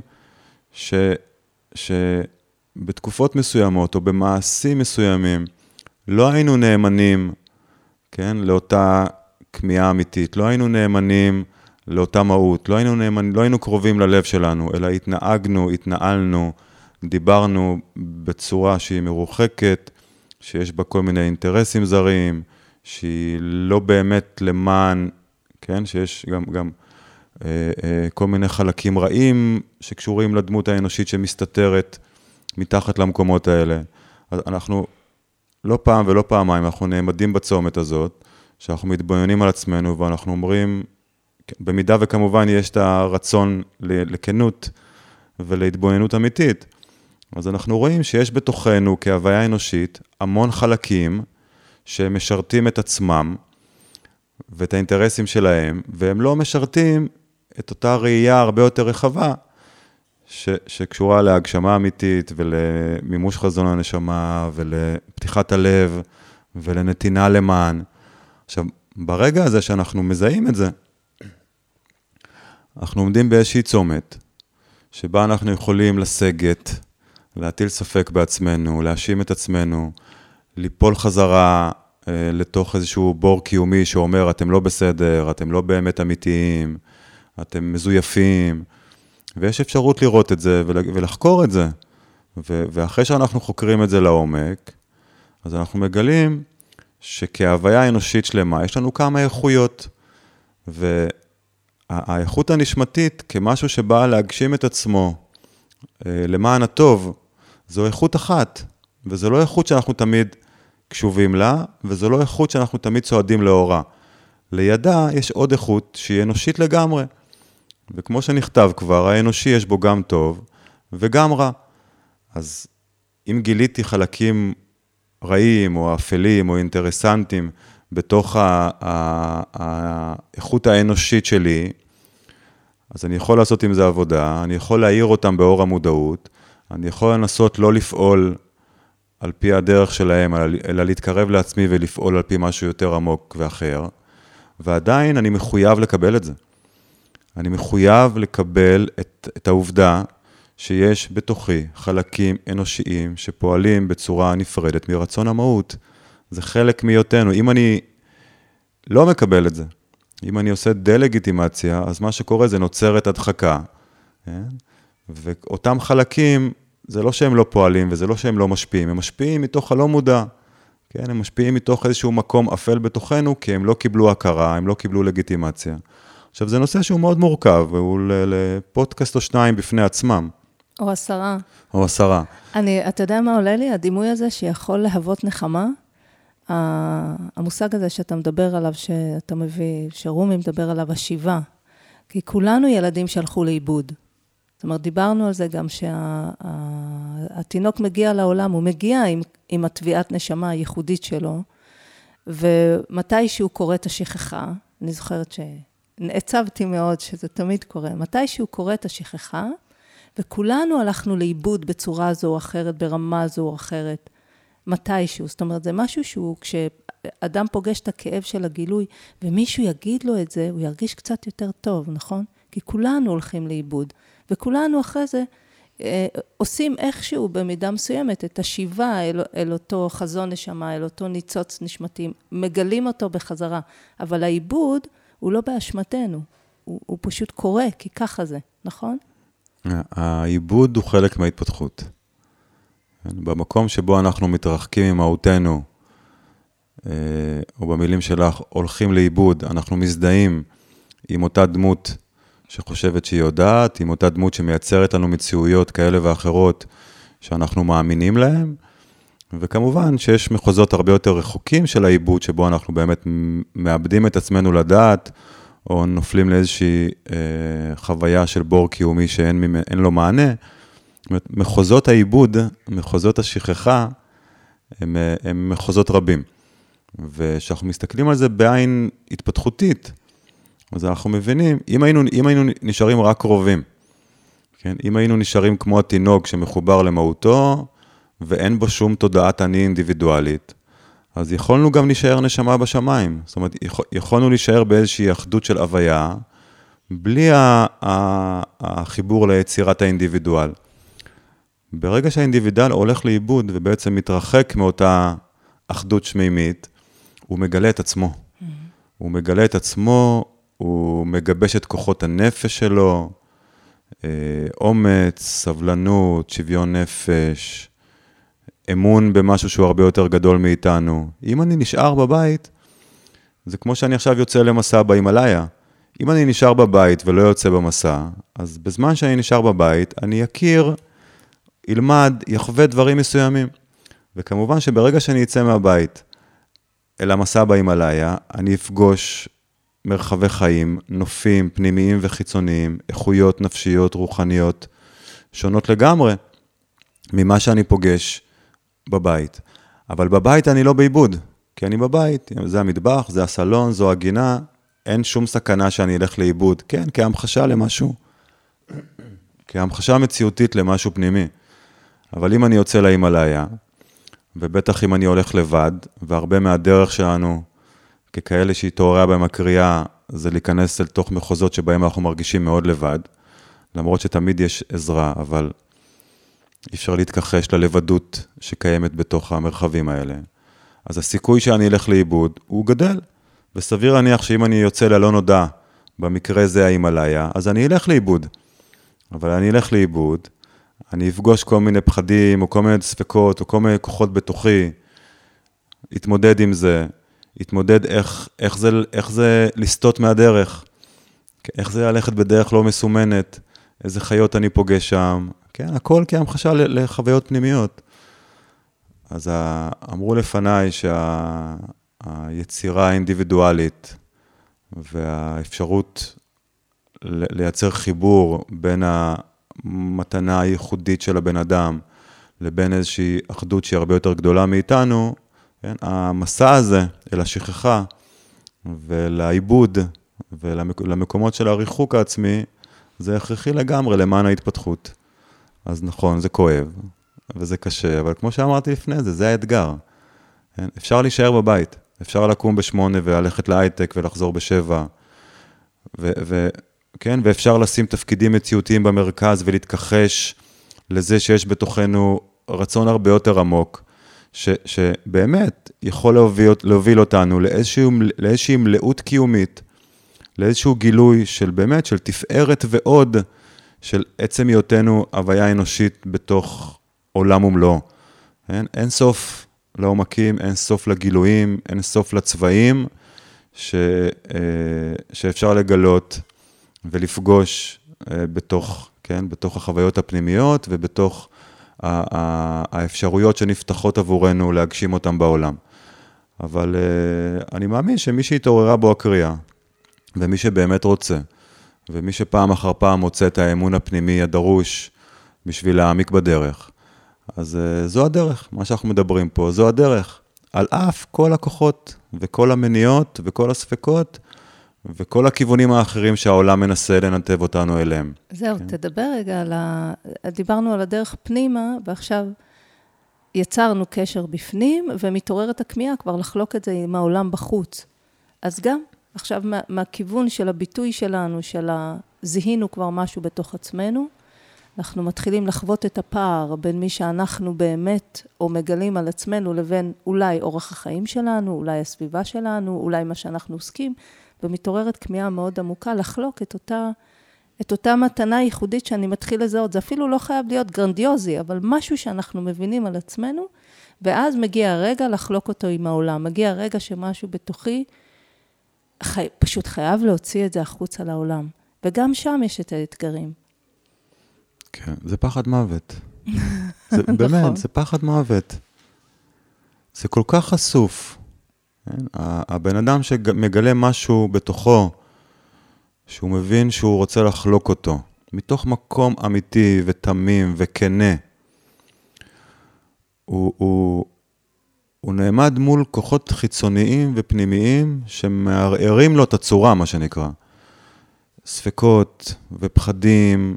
שבתקופות מסוימות או במעשים מסוימים, לא היינו נאמנים, כן, לאותה כמיהה אמיתית, לא היינו נאמנים לאותה מהות, לא היינו קרובים ללב שלנו, אלא התנהלנו, דיברנו בצורה שהיא מרוחקת, שיש בה כל מיני אינטרסים זרים, שהיא לא באמת למען, כן, שיש גם כל מיני חלקים רעים שקשורים לדמות האנושית שמסתתרת מתחת למקומות האלה. אז אנחנו לא פעם ולא פעמיים, אנחנו נעמדים בצומת הזאת, שאנחנו מתבוננים על עצמנו ואנחנו אומרים, במידה וכמובן יש את הרצון לכנות ולהתבוננות אמיתית, אז אנחנו רואים שיש בתוכנו כהוויה אנושית המון חלקים שמשרתים את עצמם ואת האינטרסים שלהם, והם לא משרתים את אותה ראייה הרבה יותר רחבה שקשורה להגשמה אמיתית ולמימוש חזון הנשמה ולפתיחת הלב ולנתינה למען. עכשיו, ברגע הזה שאנחנו מזהים את זה, אנחנו עומדים באיזושהי צומת שבה אנחנו יכולים לסגת, להטיל ספק בעצמנו, להאשים את עצמנו, ליפול חזרה לתוך איזשהו בור קיומי שאומר, אתם לא בסדר, אתם לא באמת אמיתיים, אתם מזויפים, ויש אפשרות לראות את זה ולחקור את זה. ואחרי שאנחנו חוקרים את זה לעומק, אז אנחנו מגלים שכהוויה אנושית שלמה, יש לנו כמה איכויות, והאיכות הנשמתית כמשהו שבא להגשים את עצמו למען הטוב, זו איכות אחת, וזו לא איכות שאנחנו תמיד קשובים לה, וזו לא איכות שאנחנו תמיד צועדים לאורה. לידה יש עוד איכות שהיא אנושית לגמרי, וכמו שנכתב כבר, האנושי יש בו גם טוב וגם רע. אז אם גיליתי חלקים רעים או אפלים או אינטרסנטים בתוך האיכות האנושית שלי, אז אני יכול לעשות עם זה עבודה, אני יכול להעיר אותם באור המודעות, אני יכול לנסות לא לפעול על פי הדרך שלהם, אלא להתקרב לעצמי ולפעול על פי משהו יותר עמוק ואחר, ועדיין אני מחויב לקבל את זה. אני מחויב לקבל את העובדה שיש בתוכי חלקים אנושיים שפועלים בצורה נפרדת מרצון המהות. זה חלק מהיותנו. אם אני לא מקבל את זה, אם אני עושה דלגיטימציה, אז מה שקורה זה נוצרת הדחקה. כן? ואותם חלקים, זה לא שהם לא פועלים וזה לא שהם לא משפיעים, הם משפיעים מתוך הלא מודע. כן? הם משפיעים מתוך איזשהו מקום אפל בתוכנו, כי הם לא קיבלו הכרה, הם לא קיבלו לגיטימציה. עכשיו, זה נושא שהוא מאוד מורכב, והוא לפודקאסט או שניים בפני עצמם. או 10. או 10. אתה יודע מה עולה לי? הדימוי הזה שיכול להוות נחמה, המושג הזה שאתה מדבר עליו, שאתה מביא, שרומי מדבר עליו, השיבה. כי כולנו ילדים שהלכו לאיבוד. זאת אומרת, דיברנו על זה גם שהתינוק מגיע לעולם, הוא מגיע עם התביעת נשמה הייחודית שלו, ומתי שהוא קורא את השכחה, אני זוכרת שנעצבתי מאוד שזה תמיד קורה, מתי שהוא קורא את השכחה, וכולנו הלכנו לאיבוד בצורה זו או אחרת, ברמה זו או אחרת, מתישהו. זאת אומרת, זה משהו שהוא, כשאדם פוגש את הכאב של הגילוי, ומישהו יגיד לו את זה, הוא ירגיש קצת יותר טוב, נכון? כי כולנו הולכים לאיבוד, וכולנו אחרי זה עושים איכשהו במידה מסוימת את השיבה אל אותו חזון נשמה, אל אותו ניצוץ נשמתי, מגלים אותו בחזרה. אבל האיבוד הוא לא באשמתנו, הוא פשוט קורה, כי ככה זה, נכון? האיבוד הוא חלק מההתפתחות. במקום שבו אנחנו מתרחקים ממהותנו, או במילים שלך, הולכים לאיבוד, אנחנו מזדהים עם אותה דמות שחושבת שהיא יודעת, עם אותה דמות שמייצרת לנו מציאויות כאלה ואחרות שאנחנו מאמינים להם, וכמובן שיש מחוזות הרבה יותר רחוקים של האיבוד, שבו אנחנו באמת מאבדים את עצמנו לדעת, או נופלים לאיזושהי חוויה של בור קיומי שאין לו מענה. מחוזות האיבוד, מחוזות השכחה, הם מחוזות רבים. ושאנחנו מסתכלים על זה בעין התפתחותית, אז אנחנו מבינים, אם היינו נשארים רק קרובים, כן? אם היינו נשארים כמו התינוק שמחובר למהותו, ואין בו שום תודעת אני אינדיבידואלית, אז יכולנו גם להישאר נשמה בשמיים. זאת אומרת, יכולנו להישאר באיזושהי אחדות של הוויה, בלי החיבור ליצירת האינדיבידואל. ברגע שהאינדיבידואל הולך לאיבוד, ובעצם מתרחק מאותה אחדות שמימית, הוא מגלה את עצמו. הוא מגלה את עצמו, הוא מגבש את כוחות הנפש שלו, אומץ, סבלנות, שוויון נפש, אמון במשהו שהוא הרבה יותר גדול מאיתנו. אם אני נשאר בבית, זה כמו שאני עכשיו יוצא למסע בהימאליה. אם אני נשאר בבית ולא יוצא במסע, אז בזמן שאני נשאר בבית, אני אכיר, ילמד, יחווה דברים מסוימים. וכמובן שברגע שאני אצא מהבית אל המסע בהימאליה, אני אפגוש מרחבי חיים, נופים, פנימיים וחיצוניים, איכויות נפשיות, רוחניות, שונות לגמרי ממה שאני פוגש בבית. אבל בבית אני לא באיבוד, כי אני בבית, זה המטבח, זה הסלון, זו הגינה, אין שום סכנה שאני אלך לאיבוד, כן, כהמחשה למשהו, כהמחשה מציאותית למשהו פנימי. אבל אם אני יוצא להימאליה, ובטח אם אני הולך לבד, והרבה מהדרך שלנו, ככאלה שהתעוררה בהם הקריאה, זה להיכנס אל תוך מחוזות שבהם אנחנו מרגישים מאוד לבד, למרות שתמיד יש עזרה, אבל אי אפשר להתכחש ללבדות שקיימת בתוך המרחבים האלה. אז הסיכוי שאני אלך לאיבוד הוא גדל, וסביר להניח שאם אני יוצא ללא נודע, במקרה זה ההימאליה, אז אני אלך לאיבוד. אבל אני אלך לאיבוד, אני אפגוש כל מיני פחדים, או כל מיני ספקות, או כל מיני כוחות בתוכי, התמודד עם זה, התמודד איך זה לסטות מהדרך, איך זה ללכת בדרך לא מסומנת, איזה חיות אני פוגש שם, כן, הכל כהמחשה לחוויות פנימיות. אז אמרו לפניי שהיצירה האינדיבידואלית והאפשרות לייצר חיבור בין המתנה הייחודית של הבן אדם לבין איזושהי אחדות שהיא הרבה יותר גדולה מאיתנו, כן? המסע הזה אל השכחה ולעיבוד ולמקומות של הריחוק העצמי, זה הכרחי לגמרי למען ההתפתחות. אז נכון, זה כואב וזה קשה, אבל כמו שאמרתי לפני זה האתגר. כן? אפשר להישאר בבית, אפשר לקום ב8 וללכת להייטק ולחזור ב7, כן? ואפשר לשים תפקידים מציאותיים במרכז ולהתכחש לזה שיש בתוכנו רצון הרבה יותר עמוק, שבאמת יכול להוביל אותנו לאיזושהי מלאות קיומית, לאיזשהו גילוי של באמת, של תפארת ועוד, של עצם היותנו הוויה אנושית בתוך עולם ומלואו. אין סוף לעומקים, אין סוף לגילויים, אין סוף לצבעים, שאפשר לגלות ולפגוש בתוך החוויות הפנימיות ובתוך האפשרויות שנפתחות עבורנו להגשים אותם בעולם. אבל אני מאמין שמי שהתעוררה בו הקריאה, ומי שבאמת רוצה, ומי שפעם אחר פעם מוצא את האמון הפנימי הדרוש בשביל להעמיק בדרך. אז זו הדרך, מה שאנחנו מדברים פה, זו הדרך. על אף כל הכוחות וכל המניעות וכל הספקות, וכל הכיוונים האחרים שהעולם מנסה לנתב אותנו אליהם. זהו, כן. תדבר רגע דיברנו על הדרך פנימה, ועכשיו יצרנו קשר בפנים, ומתעוררת הכמיהה כבר לחלוק את זה עם העולם בחוץ. אז גם, עכשיו מהכיוון של הביטוי שלנו, זיהינו כבר משהו בתוך עצמנו, אנחנו מתחילים לחוות את הפער בין מי שאנחנו באמת, או מגלים על עצמנו, לבין אולי אורח החיים שלנו, אולי הסביבה שלנו, אולי מה שאנחנו עוסקים, ומתעוררת כמיהה מאוד עמוקה לחלוק את אותה מתנה ייחודית שאני מתחיל לזהות. זה אפילו לא חייב להיות גרנדיוזי, אבל משהו שאנחנו מבינים על עצמנו, ואז מגיע הרגע לחלוק אותו עם העולם. מגיע הרגע שמשהו בתוכי, פשוט חייב להוציא את זה החוצה לעולם. וגם שם יש את האתגרים. כן, זה פחד מוות. זה, באמת, זה פחד מוות. זה כל כך חשוף. הבן אדם שמגלה משהו בתוכו, שהוא מבין שהוא רוצה לחלוק אותו, מתוך מקום אמיתי ותמים וכנה, הוא נעמד מול כוחות חיצוניים ופנימיים שמערערים לו את הצורה, מה שנקרא. ספקות ופחדים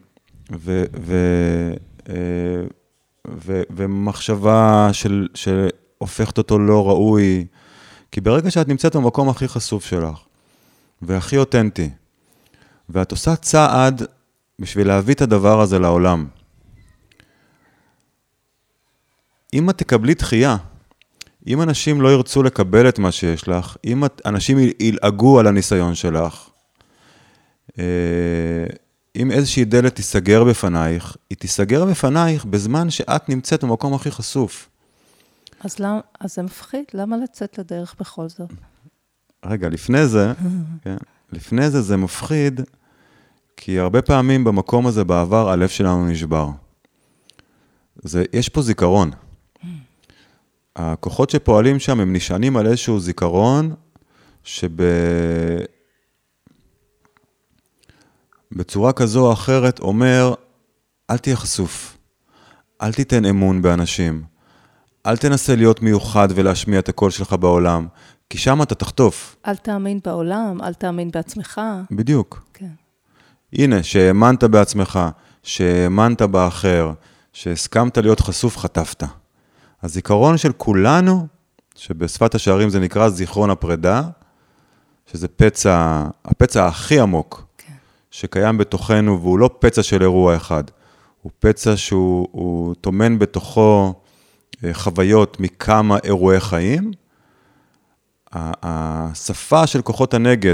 ומחשבה שהופכת אותו לא ראוי, כי ברגע שאת נמצאת במקום הכי חשוף שלך, והכי אותנטי, ואת עושה צעד בשביל להביא את הדבר הזה לעולם, אם את תקבלי דחייה, אם אנשים לא ירצו לקבל את מה שיש לך, אם אנשים ילעגו על הניסיון שלך, אם איזושהי דלת תיסגר בפנייך, היא תיסגר בפנייך בזמן שאת נמצאת במקום הכי חשוף. אז זה מפחיד? למה לצאת לדרך בכל זאת? רגע, לפני זה, כן, לפני זה מפחיד, כי הרבה פעמים במקום הזה בעבר הלב שלנו נשבר. יש פה זיכרון. הכוחות שפועלים שם הם נשענים על איזשהו זיכרון בצורה כזו או אחרת אומר, אל תהיה חשוף, אל תיתן אמון באנשים, אל תנסה להיות מיוחד ולהשמיע את הקול שלך בעולם, כי שם אתה תחטוף. אל תאמין בעולם, אל תאמין בעצמך. בדיוק. כן. הנה, שהאמנת בעצמך, שהאמנת באחר, שהסכמת להיות חשוף, חטפת. הזיכרון של כולנו, שבשפת השערים זה נקרא זיכרון הפרידה, שזה הפצע הכי עמוק, כן. שקיים בתוכנו, והוא לא פצע של אירוע אחד, הוא פצע שהוא תומן בתוכו חוויות מכמה אירועי חיים. השפה של כוחות הנגד,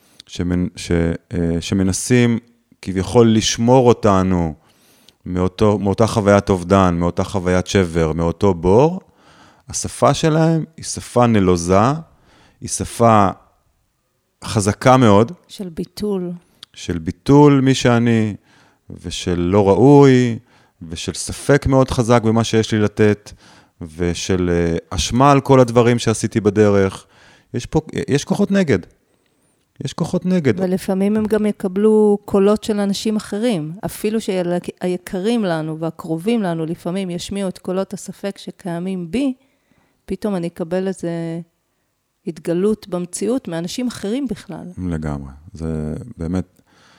שמנסים כביכול לשמור אותנו מאותה חוויית אובדן, מאותה חוויית שבר, מאותו בור, השפה שלהם היא שפה נלוזה, היא שפה חזקה מאוד. של ביטול. של ביטול מי שאני, ושל לא ראוי, ושל ספק מאוד חזק במה שיש לי לתת, ושל אשמה על כל הדברים שעשיתי בדרך. יש כוחות נגד. יש כוחות נגד. ולפעמים הם גם יקבלו קולות של אנשים אחרים. אפילו שהיקרים לנו והקרובים לנו לפעמים ישמיעו את קולות הספק שקיימים בי, פתאום אני אקבל איזו התגלות במציאות מאנשים אחרים בכלל. לגמרי. זה באמת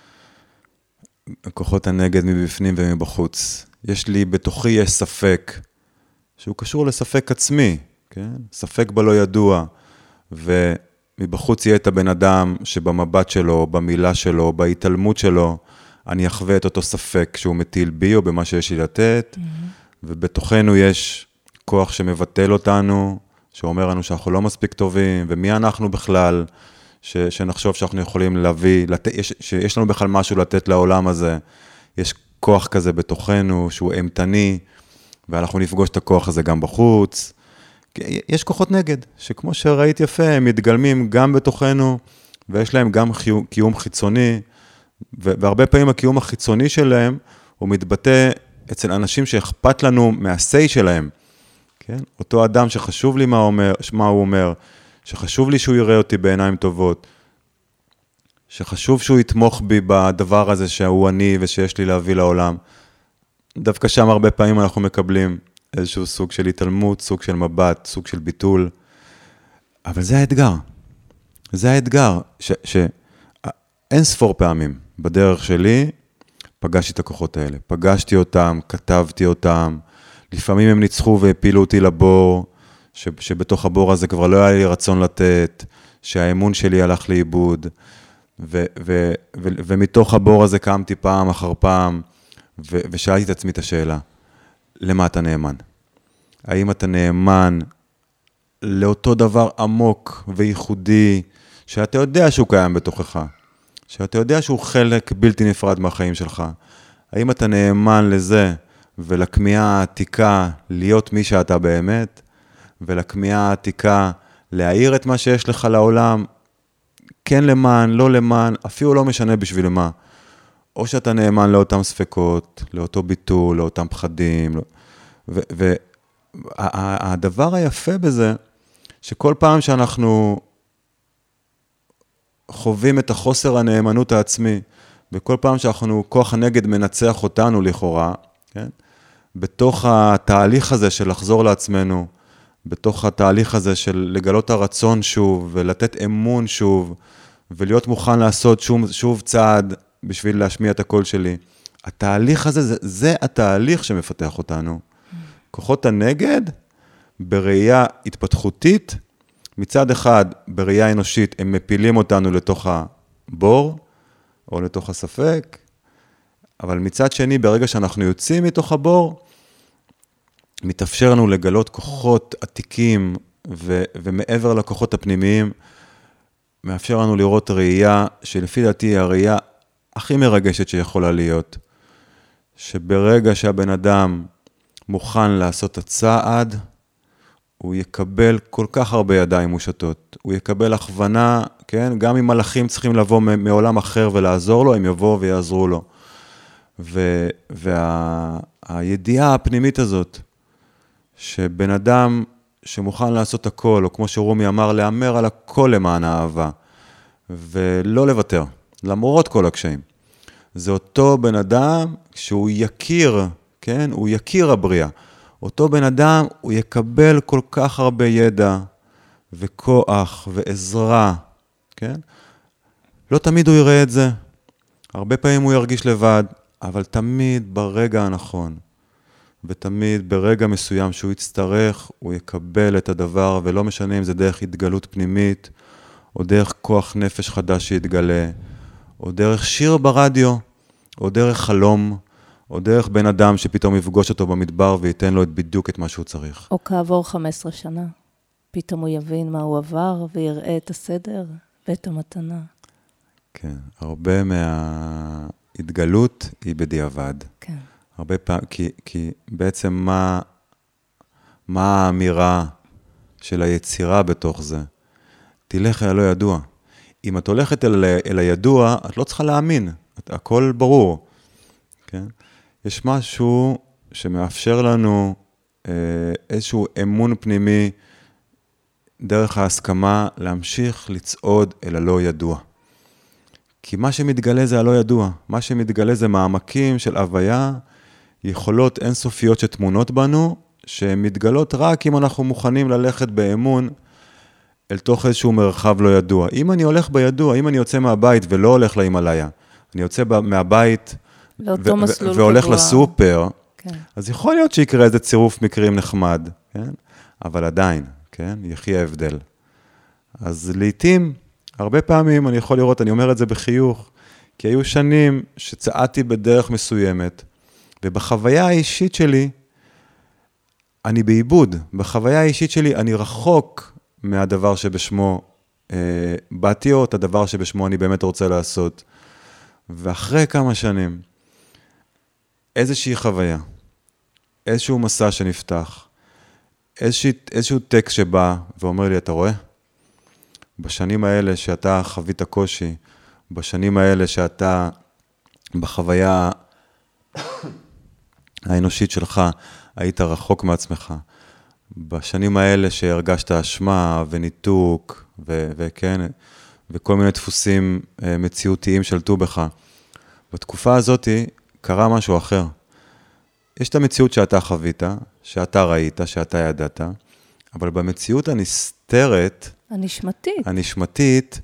כוחות הנגד מבפנים ומבחוץ. בתוכי יש ספק, שהוא קשור לספק עצמי, כן? ספק בלא ידוע, ומבחוץ יהיה את הבן אדם שבמבט שלו, במילה שלו, בהתעלמות שלו, אני אחווה את אותו ספק שהוא מטיל בי או במה שיש לי לתת, ובתוכנו יש כוח שמבטל אותנו, שאומר לנו שאנחנו לא מספיק טובים, ומי אנחנו בכלל, שנחשוב שאנחנו יכולים להביא, שיש לנו בכלל משהו לתת לעולם הזה, יש כוח כזה בתוכנו שהוא אמתני, ואנחנו נפגוש את הכוח הזה גם בחוץ. יש כוחות נגד, שכמו שראית יפה, הם מתגלמים גם בתוכנו, ויש להם גם קיום חיצוני, והרבה פעמים הקיום החיצוני שלהם, הוא מתבטא אצל אנשים שאכפת לנו מהסי שלהם. כן? אותו אדם שחשוב לי מה הוא אומר, שחשוב לי שהוא יראה אותי בעיניים טובות, שחשוב שהוא יתמוך בי בדבר הזה שהוא אני ושיש לי להביא לעולם. דווקא שם הרבה פעמים אנחנו מקבלים איזשהו סוג של התעלמות, סוג של מבט, סוג של ביטול. אבל זה האתגר. זה האתגר, שאין ספור פעמים בדרך שלי, פגשתי את הכוחות האלה. פגשתי אותם, כתבתי אותם, לפעמים הם ניצחו והפילו אותי לבור, שבתוך הבור הזה כבר לא היה לי רצון לתת, שהאמון שלי הלך לאיבוד, ומתוך הבור הזה קמתי פעם אחר פעם, ושאלתי את עצמי את השאלה, למה אתה נאמן? האם אתה נאמן לאותו דבר עמוק וייחודי, שאתה יודע שהוא קיים בתוכך, שאתה יודע שהוא חלק בלתי נפרד מהחיים שלך? האם אתה נאמן לזה ולכמיהה העתיקה להיות מי שאתה באמת, ולכמיהה העתיקה להאיר את מה שיש לך לעולם, כן למען, לא למען, אפילו לא משנה בשביל מה. או שאתה נאמן לאותם ספקות, לאותו ביטול, לאותם פחדים. והדבר היפה בזה, שכל פעם שאנחנו חווים את החוסר הנאמנות העצמי, וכל פעם שאנחנו, כוח הנגד מנצח אותנו לכאורה, כן? בתוך התהליך הזה של לחזור לעצמנו, בתוך התהליך הזה של לגלות הרצון שוב, ולתת אמון שוב, ולהיות מוכן לעשות שוב צעד בשביל להשמיע את הקול שלי. התהליך הזה, זה התהליך שמפתח אותנו. כוחות הנגד, בראייה התפתחותית, מצד אחד, בראייה אנושית, הם מפילים אותנו לתוך הבור, או לתוך הספק, אבל מצד שני, ברגע שאנחנו יוצאים מתוך הבור, מתאפשר לנו לגלות כוחות עתיקים, ומעבר לכוחות הפנימיים, מאפשר לנו לראות ראייה, שלפי דעתי היא הראייה הכי מרגשת שיכולה להיות, שברגע שהבן אדם מוכן לעשות את הצעד, הוא יקבל כל כך הרבה ידיים מושטות, הוא יקבל הכוונה, כן? גם אם מלאכים צריכים לבוא מעולם אחר ולעזור לו, הם יבואו ויעזרו לו. והידיעה הפנימית הזאת, שבן אדם שמוכן לעשות הכל, או כמו שרומי אמר, לאמר על הכל למען האהבה, ולא לוותר, למרות כל הקשיים. זה אותו בן אדם שהוא יכיר, כן? הוא יכיר הבריאה. אותו בן אדם, הוא יקבל כל כך הרבה ידע, וכוח, ועזרה, כן? לא תמיד הוא יראה את זה. הרבה פעמים הוא ירגיש לבד, אבל תמיד ברגע הנכון, ותמיד ברגע מסוים שהוא יצטרך, הוא יקבל את הדבר, ולא משנה אם זה דרך התגלות פנימית, או דרך כוח נפש חדש שיתגלה, או דרך שיר ברדיו, או דרך חלום, או דרך בן אדם שפתאום יפגוש אותו במדבר, וייתן לו בדיוק את מה שהוא צריך. או כעבור 15 שנה, פתאום הוא יבין מה הוא עבר, ויראה את הסדר ואת המתנה. כן, הרבה מההתגלות היא בדיעבד. כן. הרבה פעמים, כי בעצם מה האמירה של היצירה בתוך זה? תלך אל הלא ידוע. אם את הולכת אל הידוע, את לא צריכה להאמין, הכל ברור. כן? יש משהו שמאפשר לנו איזשהו אמון פנימי, דרך ההסכמה, להמשיך לצעוד אל הלא ידוע. כי מה שמתגלה זה הלא ידוע. מה שמתגלה זה מעמקים של הוויה, יכולות אינסופיות שתמונות בנו, שמתגלות רק אם אנחנו מוכנים ללכת באמון אל תוך איזשהו מרחב לא ידוע. אם אני הולך בידוע, אם אני יוצא מהבית ולא הולך להימלאיה, אני יוצא מהבית והולך לסופר, כן. אז יכול להיות שיקרה איזה צירוף מקרים נחמד, כן? אבל עדיין, כן? יחיה הבדל. אז לעתים, הרבה פעמים אני יכול לראות, אני אומר את זה בחיוך, כי היו שנים שצעדתי בדרך מסוימת, ובחוויה האישית שלי, אני באיבוד. בחוויה האישית שלי, אני רחוק מהדבר שבשמו באתי, או את הדבר שבשמו אני באמת רוצה לעשות. ואחרי כמה שנים, איזושהי חוויה, איזשהו מסע שנפתח, איזשהו טקסט שבא ואומר לי, אתה רואה? בשנים האלה שאתה חווית קושי, בשנים האלה שאתה בחוויה האנושית שלך, היית רחוק מעצמך. בשנים האלה שהרגשת אשמה וניתוק, וכן, וכל מיני דפוסים מציאותיים שלטו בך. בתקופה הזאת קרה משהו אחר. יש את המציאות שאתה חווית, שאתה ראית, שאתה ידעת, אבל במציאות הנסתרת, הנשמתית,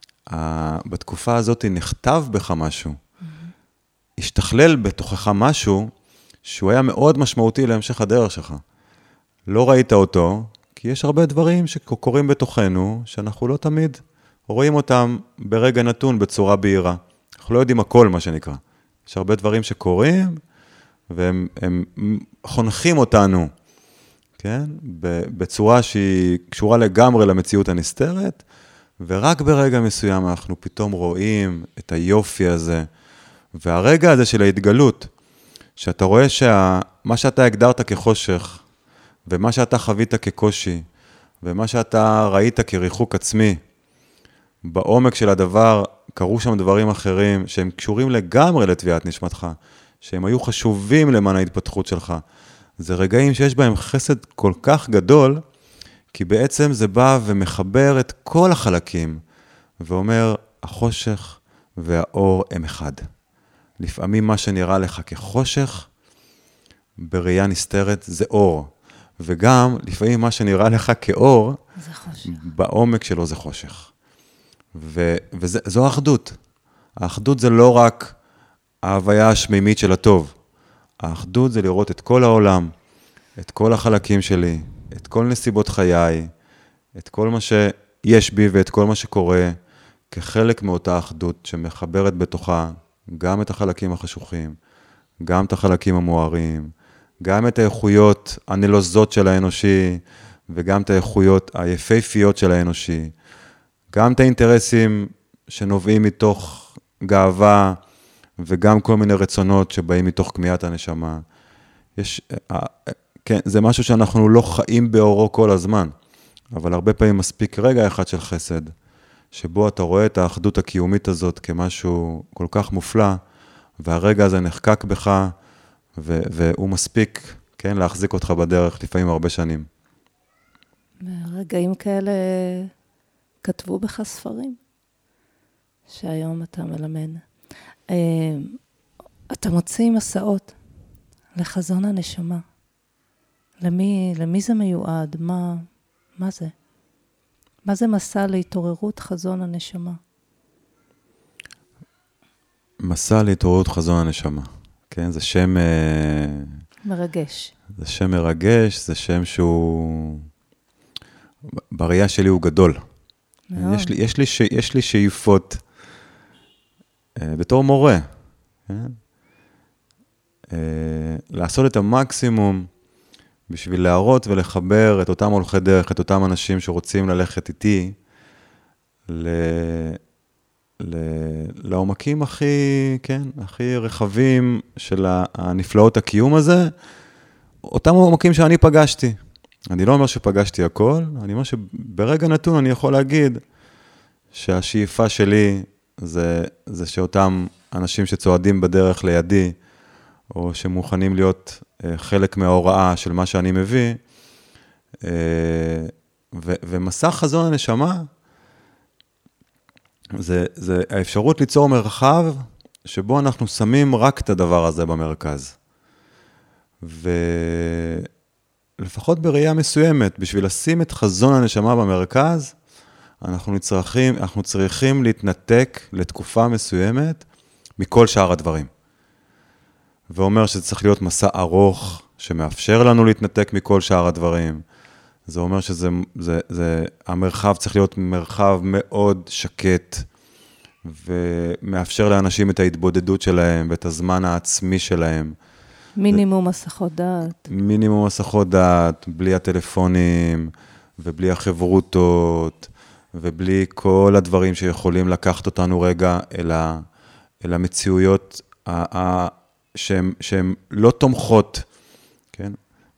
בתקופה הזאת נכתב בך משהו. השתכלל בתוכך משהו שהוא היה מאוד משמעותי להמשך הדרך שלך. לא ראית אותו, כי יש הרבה דברים שקורים בתוכנו, שאנחנו לא תמיד רואים אותם ברגע נתון בצורה בהירה. אנחנו לא יודעים הכל, מה שנקרא. יש הרבה דברים שקורים, והם חונכים אותנו, כן? בצורה שהיא קשורה לגמרי למציאות הנסתרת, ורק ברגע מסוים אנחנו פתאום רואים את היופי הזה, והרגע הזה של ההתגלות, שאתה רואה שמה שאתה הגדרת כחושך, ומה שאתה חווית כקושי, ומה שאתה ראית כריחוק עצמי, בעומק של הדבר קרו שם דברים אחרים, שהם קשורים לגמרי לתביעת נשמתך, שהם היו חשובים למען ההתפתחות שלך. זה רגעים שיש בהם חסד כל כך גדול, כי בעצם זה בא ומחבר את כל החלקים, ואומר, החושך והאור הם אחד. לפעמים מה שנראה לך כחושך, בראייה נסתרת זה אור. וגם לפעמים מה שנראה לך כאור, בעומק שלו זה חושך. וזו האחדות. האחדות זה לא רק ההוויה השמימית של הטוב. האחדות זה לראות את כל העולם, את כל החלקים שלי, את כל נסיבות חיי, את כל מה שיש בי ואת כל מה שקורה, כחלק מאותה אחדות שמחברת בתוכה גם את החלקים החשוכים, גם את החלקים המוארים, גם את האיכויות הנלוזות של האנושי, וגם את האיכויות היפהפיות של האנושי, גם את האינטרסים שנובעים מתוך גאווה, וגם כל מיני רצונות שבאים מתוך כמיית הנשמה. כן, זה משהו שאנחנו לא חיים באורו כל הזמן, אבל הרבה פעמים מספיק רגע אחד של חסד, שבו אתה רואה את האחדות הקיומית הזאת כמשהו כל כך מופלא, והרגע הזה נחקק בך, והוא מספיק, כן, להחזיק אותך בדרך לפעמים הרבה שנים. ורגעים כאלה כתבו בך ספרים, שהיום אתה מלמד. אתה מוציא מסעות לחזון הנשמה. למי זה מיועד? מה זה? מה זה מסע להתעוררות חזון הנשמה? מסע להתעוררות חזון הנשמה. כן, זה שם מרגש. זה שם מרגש, זה שם שהוא בראייה שלי הוא גדול. יש לי שאיפות בתור מורה, כן? לעשות את המקסימום בשביל להראות ולחבר את אותם הולכי דרך, את אותם אנשים שרוצים ללכת איתי לעומקים הכי רחבים של הנפלאות הקיום הזה, אותם עומקים שאני פגשתי. אני לא אומר שפגשתי הכל, אני אומר שברגע נתון אני יכול להגיד שהשאיפה שלי זה שאותם אנשים שצועדים בדרך לידי, או שמוכנים להיות חלק מההוראה של מה שאני מביא, ומסע חזון הנשמה, זה האפשרות ליצור מרחב שבו אנחנו שמים רק את הדבר הזה במרכז. ולפחות בראייה מסוימת, בשביל לשים את חזון הנשמה במרכז, אנחנו צריכים להתנתק לתקופה מסוימת מכל שאר הדברים. ואומר שזה צריך להיות מסע ארוך שמאפשר לנו להתנתק מכל שאר הדברים. זה אומר המרחב צריך להיות מרחב מאוד שקט, ומאפשר לאנשים את ההתבודדות שלהם, ואת הזמן העצמי שלהם. מינימום מסכות דעת. מינימום מסכות דעת, בלי הטלפונים, ובלי החברותות, ובלי כל הדברים שיכולים לקחת אותנו רגע אל המציאויות שהן לא תומכות, כן?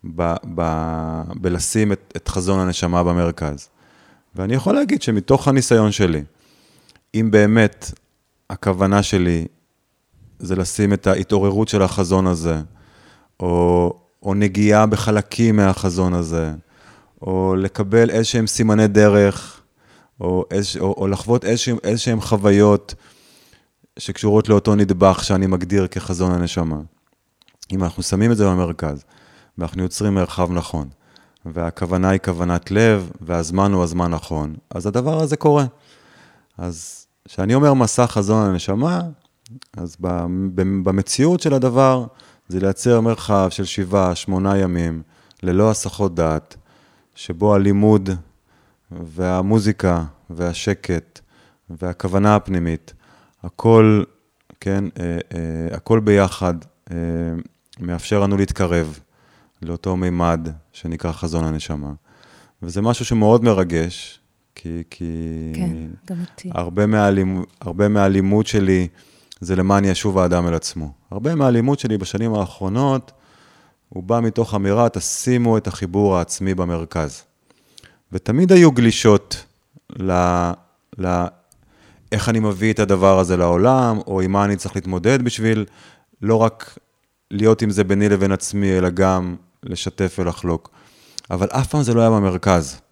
בלשים את חזון הנשמה במרכז. ואני יכול להגיד שמתוך הניסיון שלי, אם באמת הכוונה שלי זה לשים את ההתעוררות של החזון הזה, או נגיעה בחלקים מהחזון הזה, או לקבל איזשהם סימני דרך, או לחוות איזשהם חוויות שקשורות לאותו נדבך שאני מגדיר כחזון הנשמה. אם אנחנו שמים את זה במרכז, ואנחנו יוצרים מרחב נכון, והכוונה היא כוונת לב, והזמן הוא הזמן נכון, אז הדבר הזה קורה. אז כשאני אומר מסע חזון הנשמה, אז במציאות של הדבר, זה לייצר מרחב של 7-8 ימים, ללא הסחות דעת, שבו הלימוד והמוזיקה והשקט והכוונה הפנימית, הכל, כן, הכל ביחד מאפשר לנו להתקרב לאותו מימד שנקרא חזון הנשמה. וזה משהו שמאוד מרגש, כי כן, גם אותי. הרבה מהלימוד שלי זה למען ישוב האדם אל עצמו. הרבה מהלימוד שלי בשנים האחרונות, הוא בא מתוך אמירה, תשימו את החיבור העצמי במרכז. ותמיד היו גלישות איך אני מביא את הדבר הזה לעולם, או עם מה אני צריך להתמודד בשביל לא רק להיות עם זה ביני לבין עצמי, אלא גם לשתף ולחלוק. אבל אף פעם זה לא היה במרכז.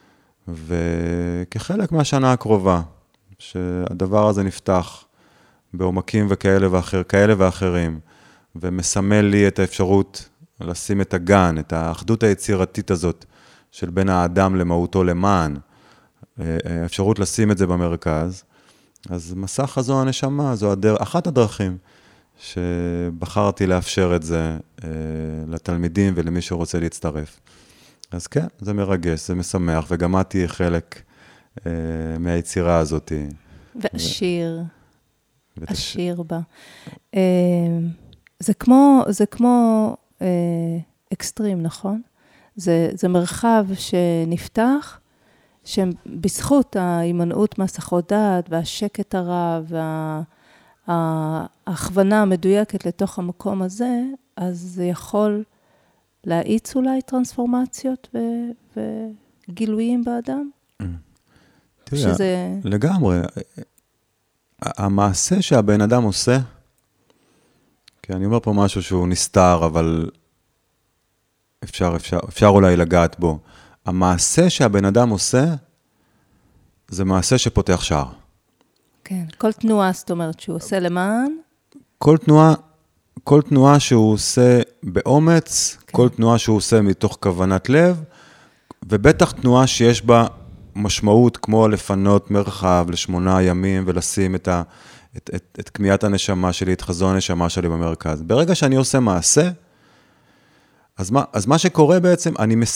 וכחלק מהשנה הקרובה, שהדבר הזה נפתח בעומקים כאלה ואחרים, ומסמל לי את האפשרות לשים את הגן, את האחדות היצירתית הזאת, של בין האדם למהותו למען, האפשרות לשים את זה במרכז, אז מסע חזון הנשמה, זו אחת הדרכים שבחרתי לאפשר את זה לתלמידים ולמי שרוצה להצטרף. אז כן, זה מרגש, זה משמח, וגם את תהיה חלק מהיצירה הזאת. השיר בה. זה כמו אקסטרים, נכון? זה מרחב שנפתח, שבזכות ההימנעות מהסחות דעת והשקט הרב וההכוונה המדויקת לתוך המקום הזה, אז זה יכול להאיץ אולי טרנספורמציות וגילויים באדם? תראה, לגמרי. המעשה שהבן אדם עושה, כי אני אומר פה משהו שהוא נסתר, אבל אפשר אולי לגעת בו. המעשה שהבן אדם עושה, זה מעשה שפותח שער. כן, כל תנועה, זאת אומרת, שהוא עושה למען? כל תנועה שהוא עושה באומץ, כן. כל תנועה שהוא עושה מתוך כוונת לב, ובטח תנועה שיש בה משמעות, כמו לפנות מרחב ל8 ימים, ולשים את כמיית הנשמה שלי, את חזון הנשמה שלי במרכז. ברגע שאני עושה מעשה, אז מה שקורה בעצם,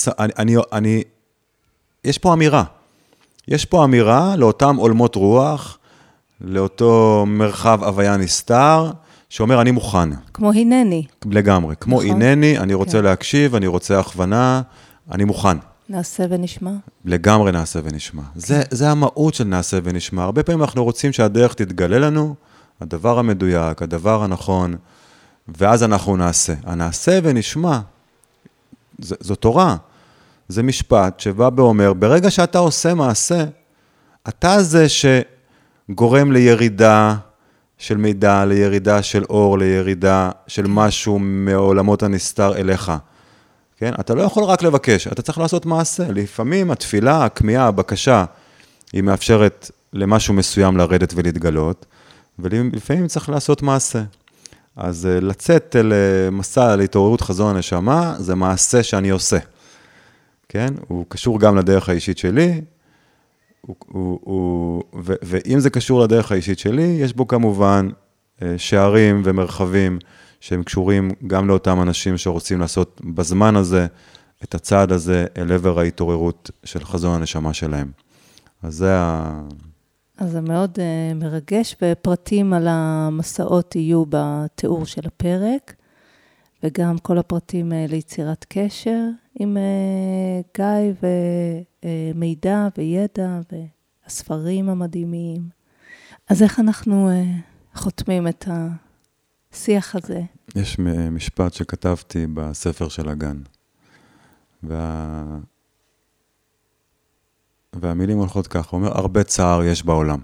יש פה אמירה. יש פה אמירה לאותם עולמות רוח, לאותו מרחב הוויה נסתר, שאומר, אני מוכן. כמו הנני. לגמרי. כמו הנני, אני רוצה להקשיב, אני רוצה הכוונה, אני מוכן. נעשה ונשמע. לגמרי נעשה ונשמע. זה המהות של נעשה ונשמע. הרבה פעמים אנחנו רוצים שהדרך תתגלה לנו, הדבר המדויק, הדבר הנכון, ואז אנחנו נעשה. הנעשה ונשמע, זו תורה. זה משפט שבא ואומר, ברגע שאתה עושה מעשה, אתה זה שגורם לירידה של מידע, לירידה של אור, לירידה של משהו מעולמות הנסתר אליך. כן? אתה לא יכול רק לבקש, אתה צריך לעשות מעשה. לפעמים התפילה, הכמיהה, הבקשה, היא מאפשרת למשהו מסוים לרדת ולהתגלות, ולפעמים צריך לעשות מעשה. אז לצאת למסע להתעוררות חזון הנשמה, זה מעשה שאני עושה. כן? הוא קשור גם לדרך האישית שלי, ואם זה קשור לדרך האישית שלי, יש בו כמובן שערים ומרחבים שהם קשורים גם לאותם אנשים שרוצים לעשות בזמן הזה את הצעד הזה אל עבר ההתעוררות של חזון הנשמה שלהם. אז זה מאוד מרגש, ופרטים על המסעות יהיו בתיאור של הפרק, וגם כל הפרטים ליצירת קשר עם גיא, ומידע וידע, והספרים המדהימים. אז איך אנחנו חותמים את השיח הזה? יש משפט שכתבתי בספר של הגן, והמילים הולכות כך, הוא אומר, הרבה צער יש בעולם.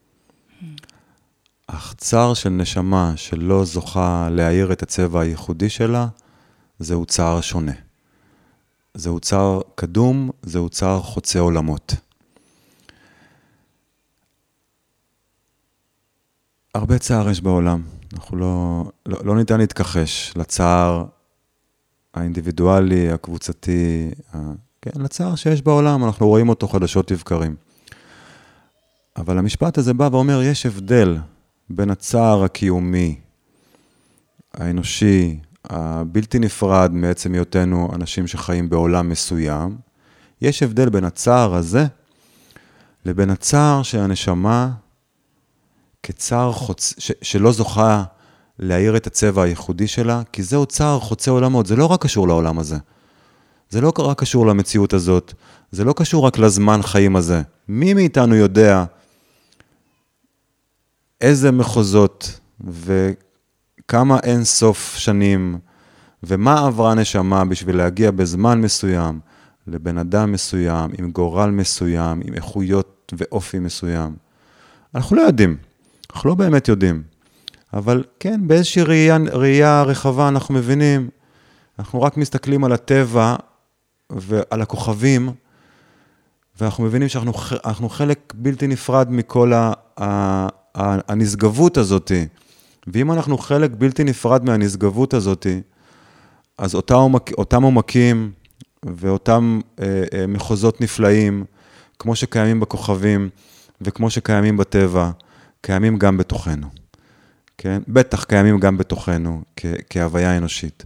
אך צער של נשמה שלא זוכה להאיר את הצבע הייחודי שלה, זהו צער שונה. זהו צער קדום, זהו צער חוצה עולמות. הרבה צער יש בעולם. אנחנו לא ניתן להתכחש לצער האינדיבידואלי, הקבוצתי, כן, לצער שיש בעולם, אנחנו רואים אותו חדשות לבקרים. אבל המשפט הזה בא ואומר, יש הבדל בין הצער הקיומי, האנושי, הבלתי נפרד מעצם היותנו אנשים שחיים בעולם מסוים, יש הבדל בין הצער הזה לבין הצער של הנשמה כצער שלא זוכה להאיר את הצבע הייחודי שלה, כי זהו צער חוצה עולמות, זה לא רק קשור לעולם הזה. זה לא רק קשור למציאות הזאת, זה לא קשור רק לזמן חיים הזה. מי מאיתנו יודע איזה מחוזות וכמה אין סוף שנים ומה עברה נשמה בשביל להגיע בזמן מסוים לבן אדם מסוים, עם גורל מסוים, עם איכויות ואופי מסוים. אנחנו לא יודעים, אנחנו לא באמת יודעים, אבל כן, באיזושהי ראייה רחבה אנחנו מבינים, אנחנו רק מסתכלים על הטבע ועל הכוכבים, ואנחנו מבינים שאנחנו חלק בלתי נפרד מכל הנשגבות הזאת, ואם אנחנו חלק בלתי נפרד מהנשגבות הזאת, אז אותם עומקים ואותם מחוזות נפלאים, כמו שקיימים בכוכבים וכמו שקיימים בטבע, קיימים גם בתוכנו. כן? בטח קיימים גם בתוכנו כהוויה אנושית.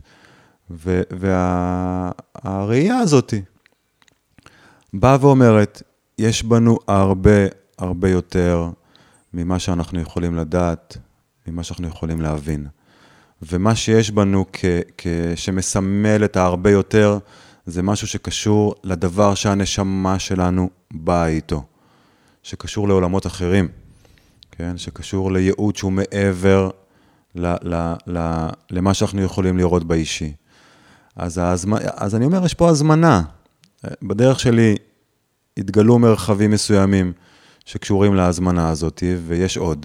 והראייה הזאת באה ואומרת, יש בנו הרבה יותר ממה שאנחנו יכולים לדעת, ממה שאנחנו יכולים להבין. ומה שיש בנו שמסמל את הרבה יותר, זה משהו שקשור לדבר שהנשמה שלנו באה איתו. שקשור לעולמות אחרים. כן? שקשור לייעוד שהוא מעבר למה שאנחנו יכולים לראות באישי. אז אני אומר, יש פה הזמנה. בדרך שלי התגלו מרחבים מסוימים שקשורים להזמנה הזאת, ויש עוד.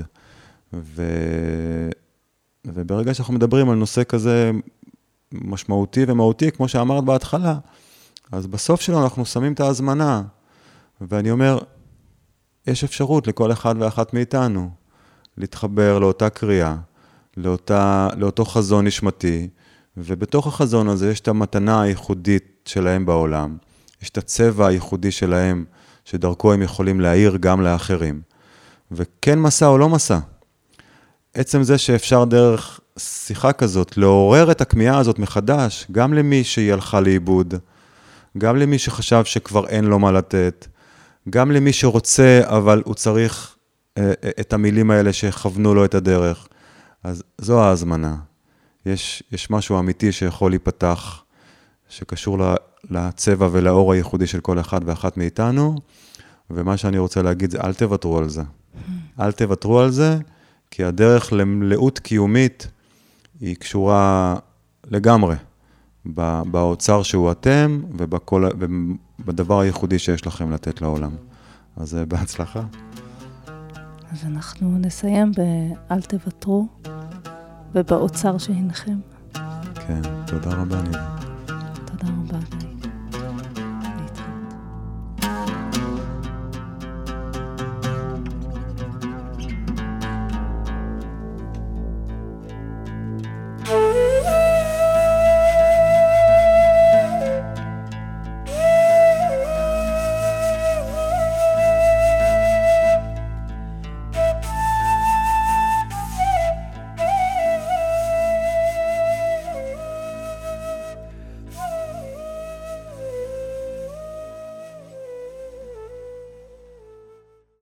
וברגע שאנחנו מדברים על נושא כזה משמעותי ומהותי, כמו שאמרת בהתחלה, אז בסוף שלנו אנחנו שמים את ההזמנה, ואני אומר, יש אפשרות לכל אחד ואחת מאיתנו להתחבר לאותה קריאה, לאותו חזון נשמתי, ובתוך החזון הזה יש את המתנה הייחודית שלהם בעולם, יש את הצבע הייחודי שלהם, שדרכו הם יכולים להאיר גם לאחרים. וכן מסע או לא מסע. עצם זה שאפשר דרך שיחה כזאת, לעורר את הכמיהה הזאת מחדש, גם למי שהיא הלכה לאיבוד, גם למי שחשב שכבר אין לו מה לתת, גם למי שרוצה, אבל הוא צריך את המילים האלה שכוונו לו את הדרך. אז זו ההזמנה. יש משהו אמיתי שיכול להיפתח, שקשור לצבע ולאור הייחודי של כל אחד ואחת מאיתנו, ומה שאני רוצה להגיד זה, אל תוותרו על זה. אל תוותרו על זה, כי הדרך למלאות קיומית היא קשורה לגמרי באוצר שהוא אתם ובדבר הייחודי שיש לכם לתת לעולם. אז בהצלחה. אז אנחנו נסיים ב"אל תוותרו" ובאוצר שהנכם. כן, תודה רבה ניב.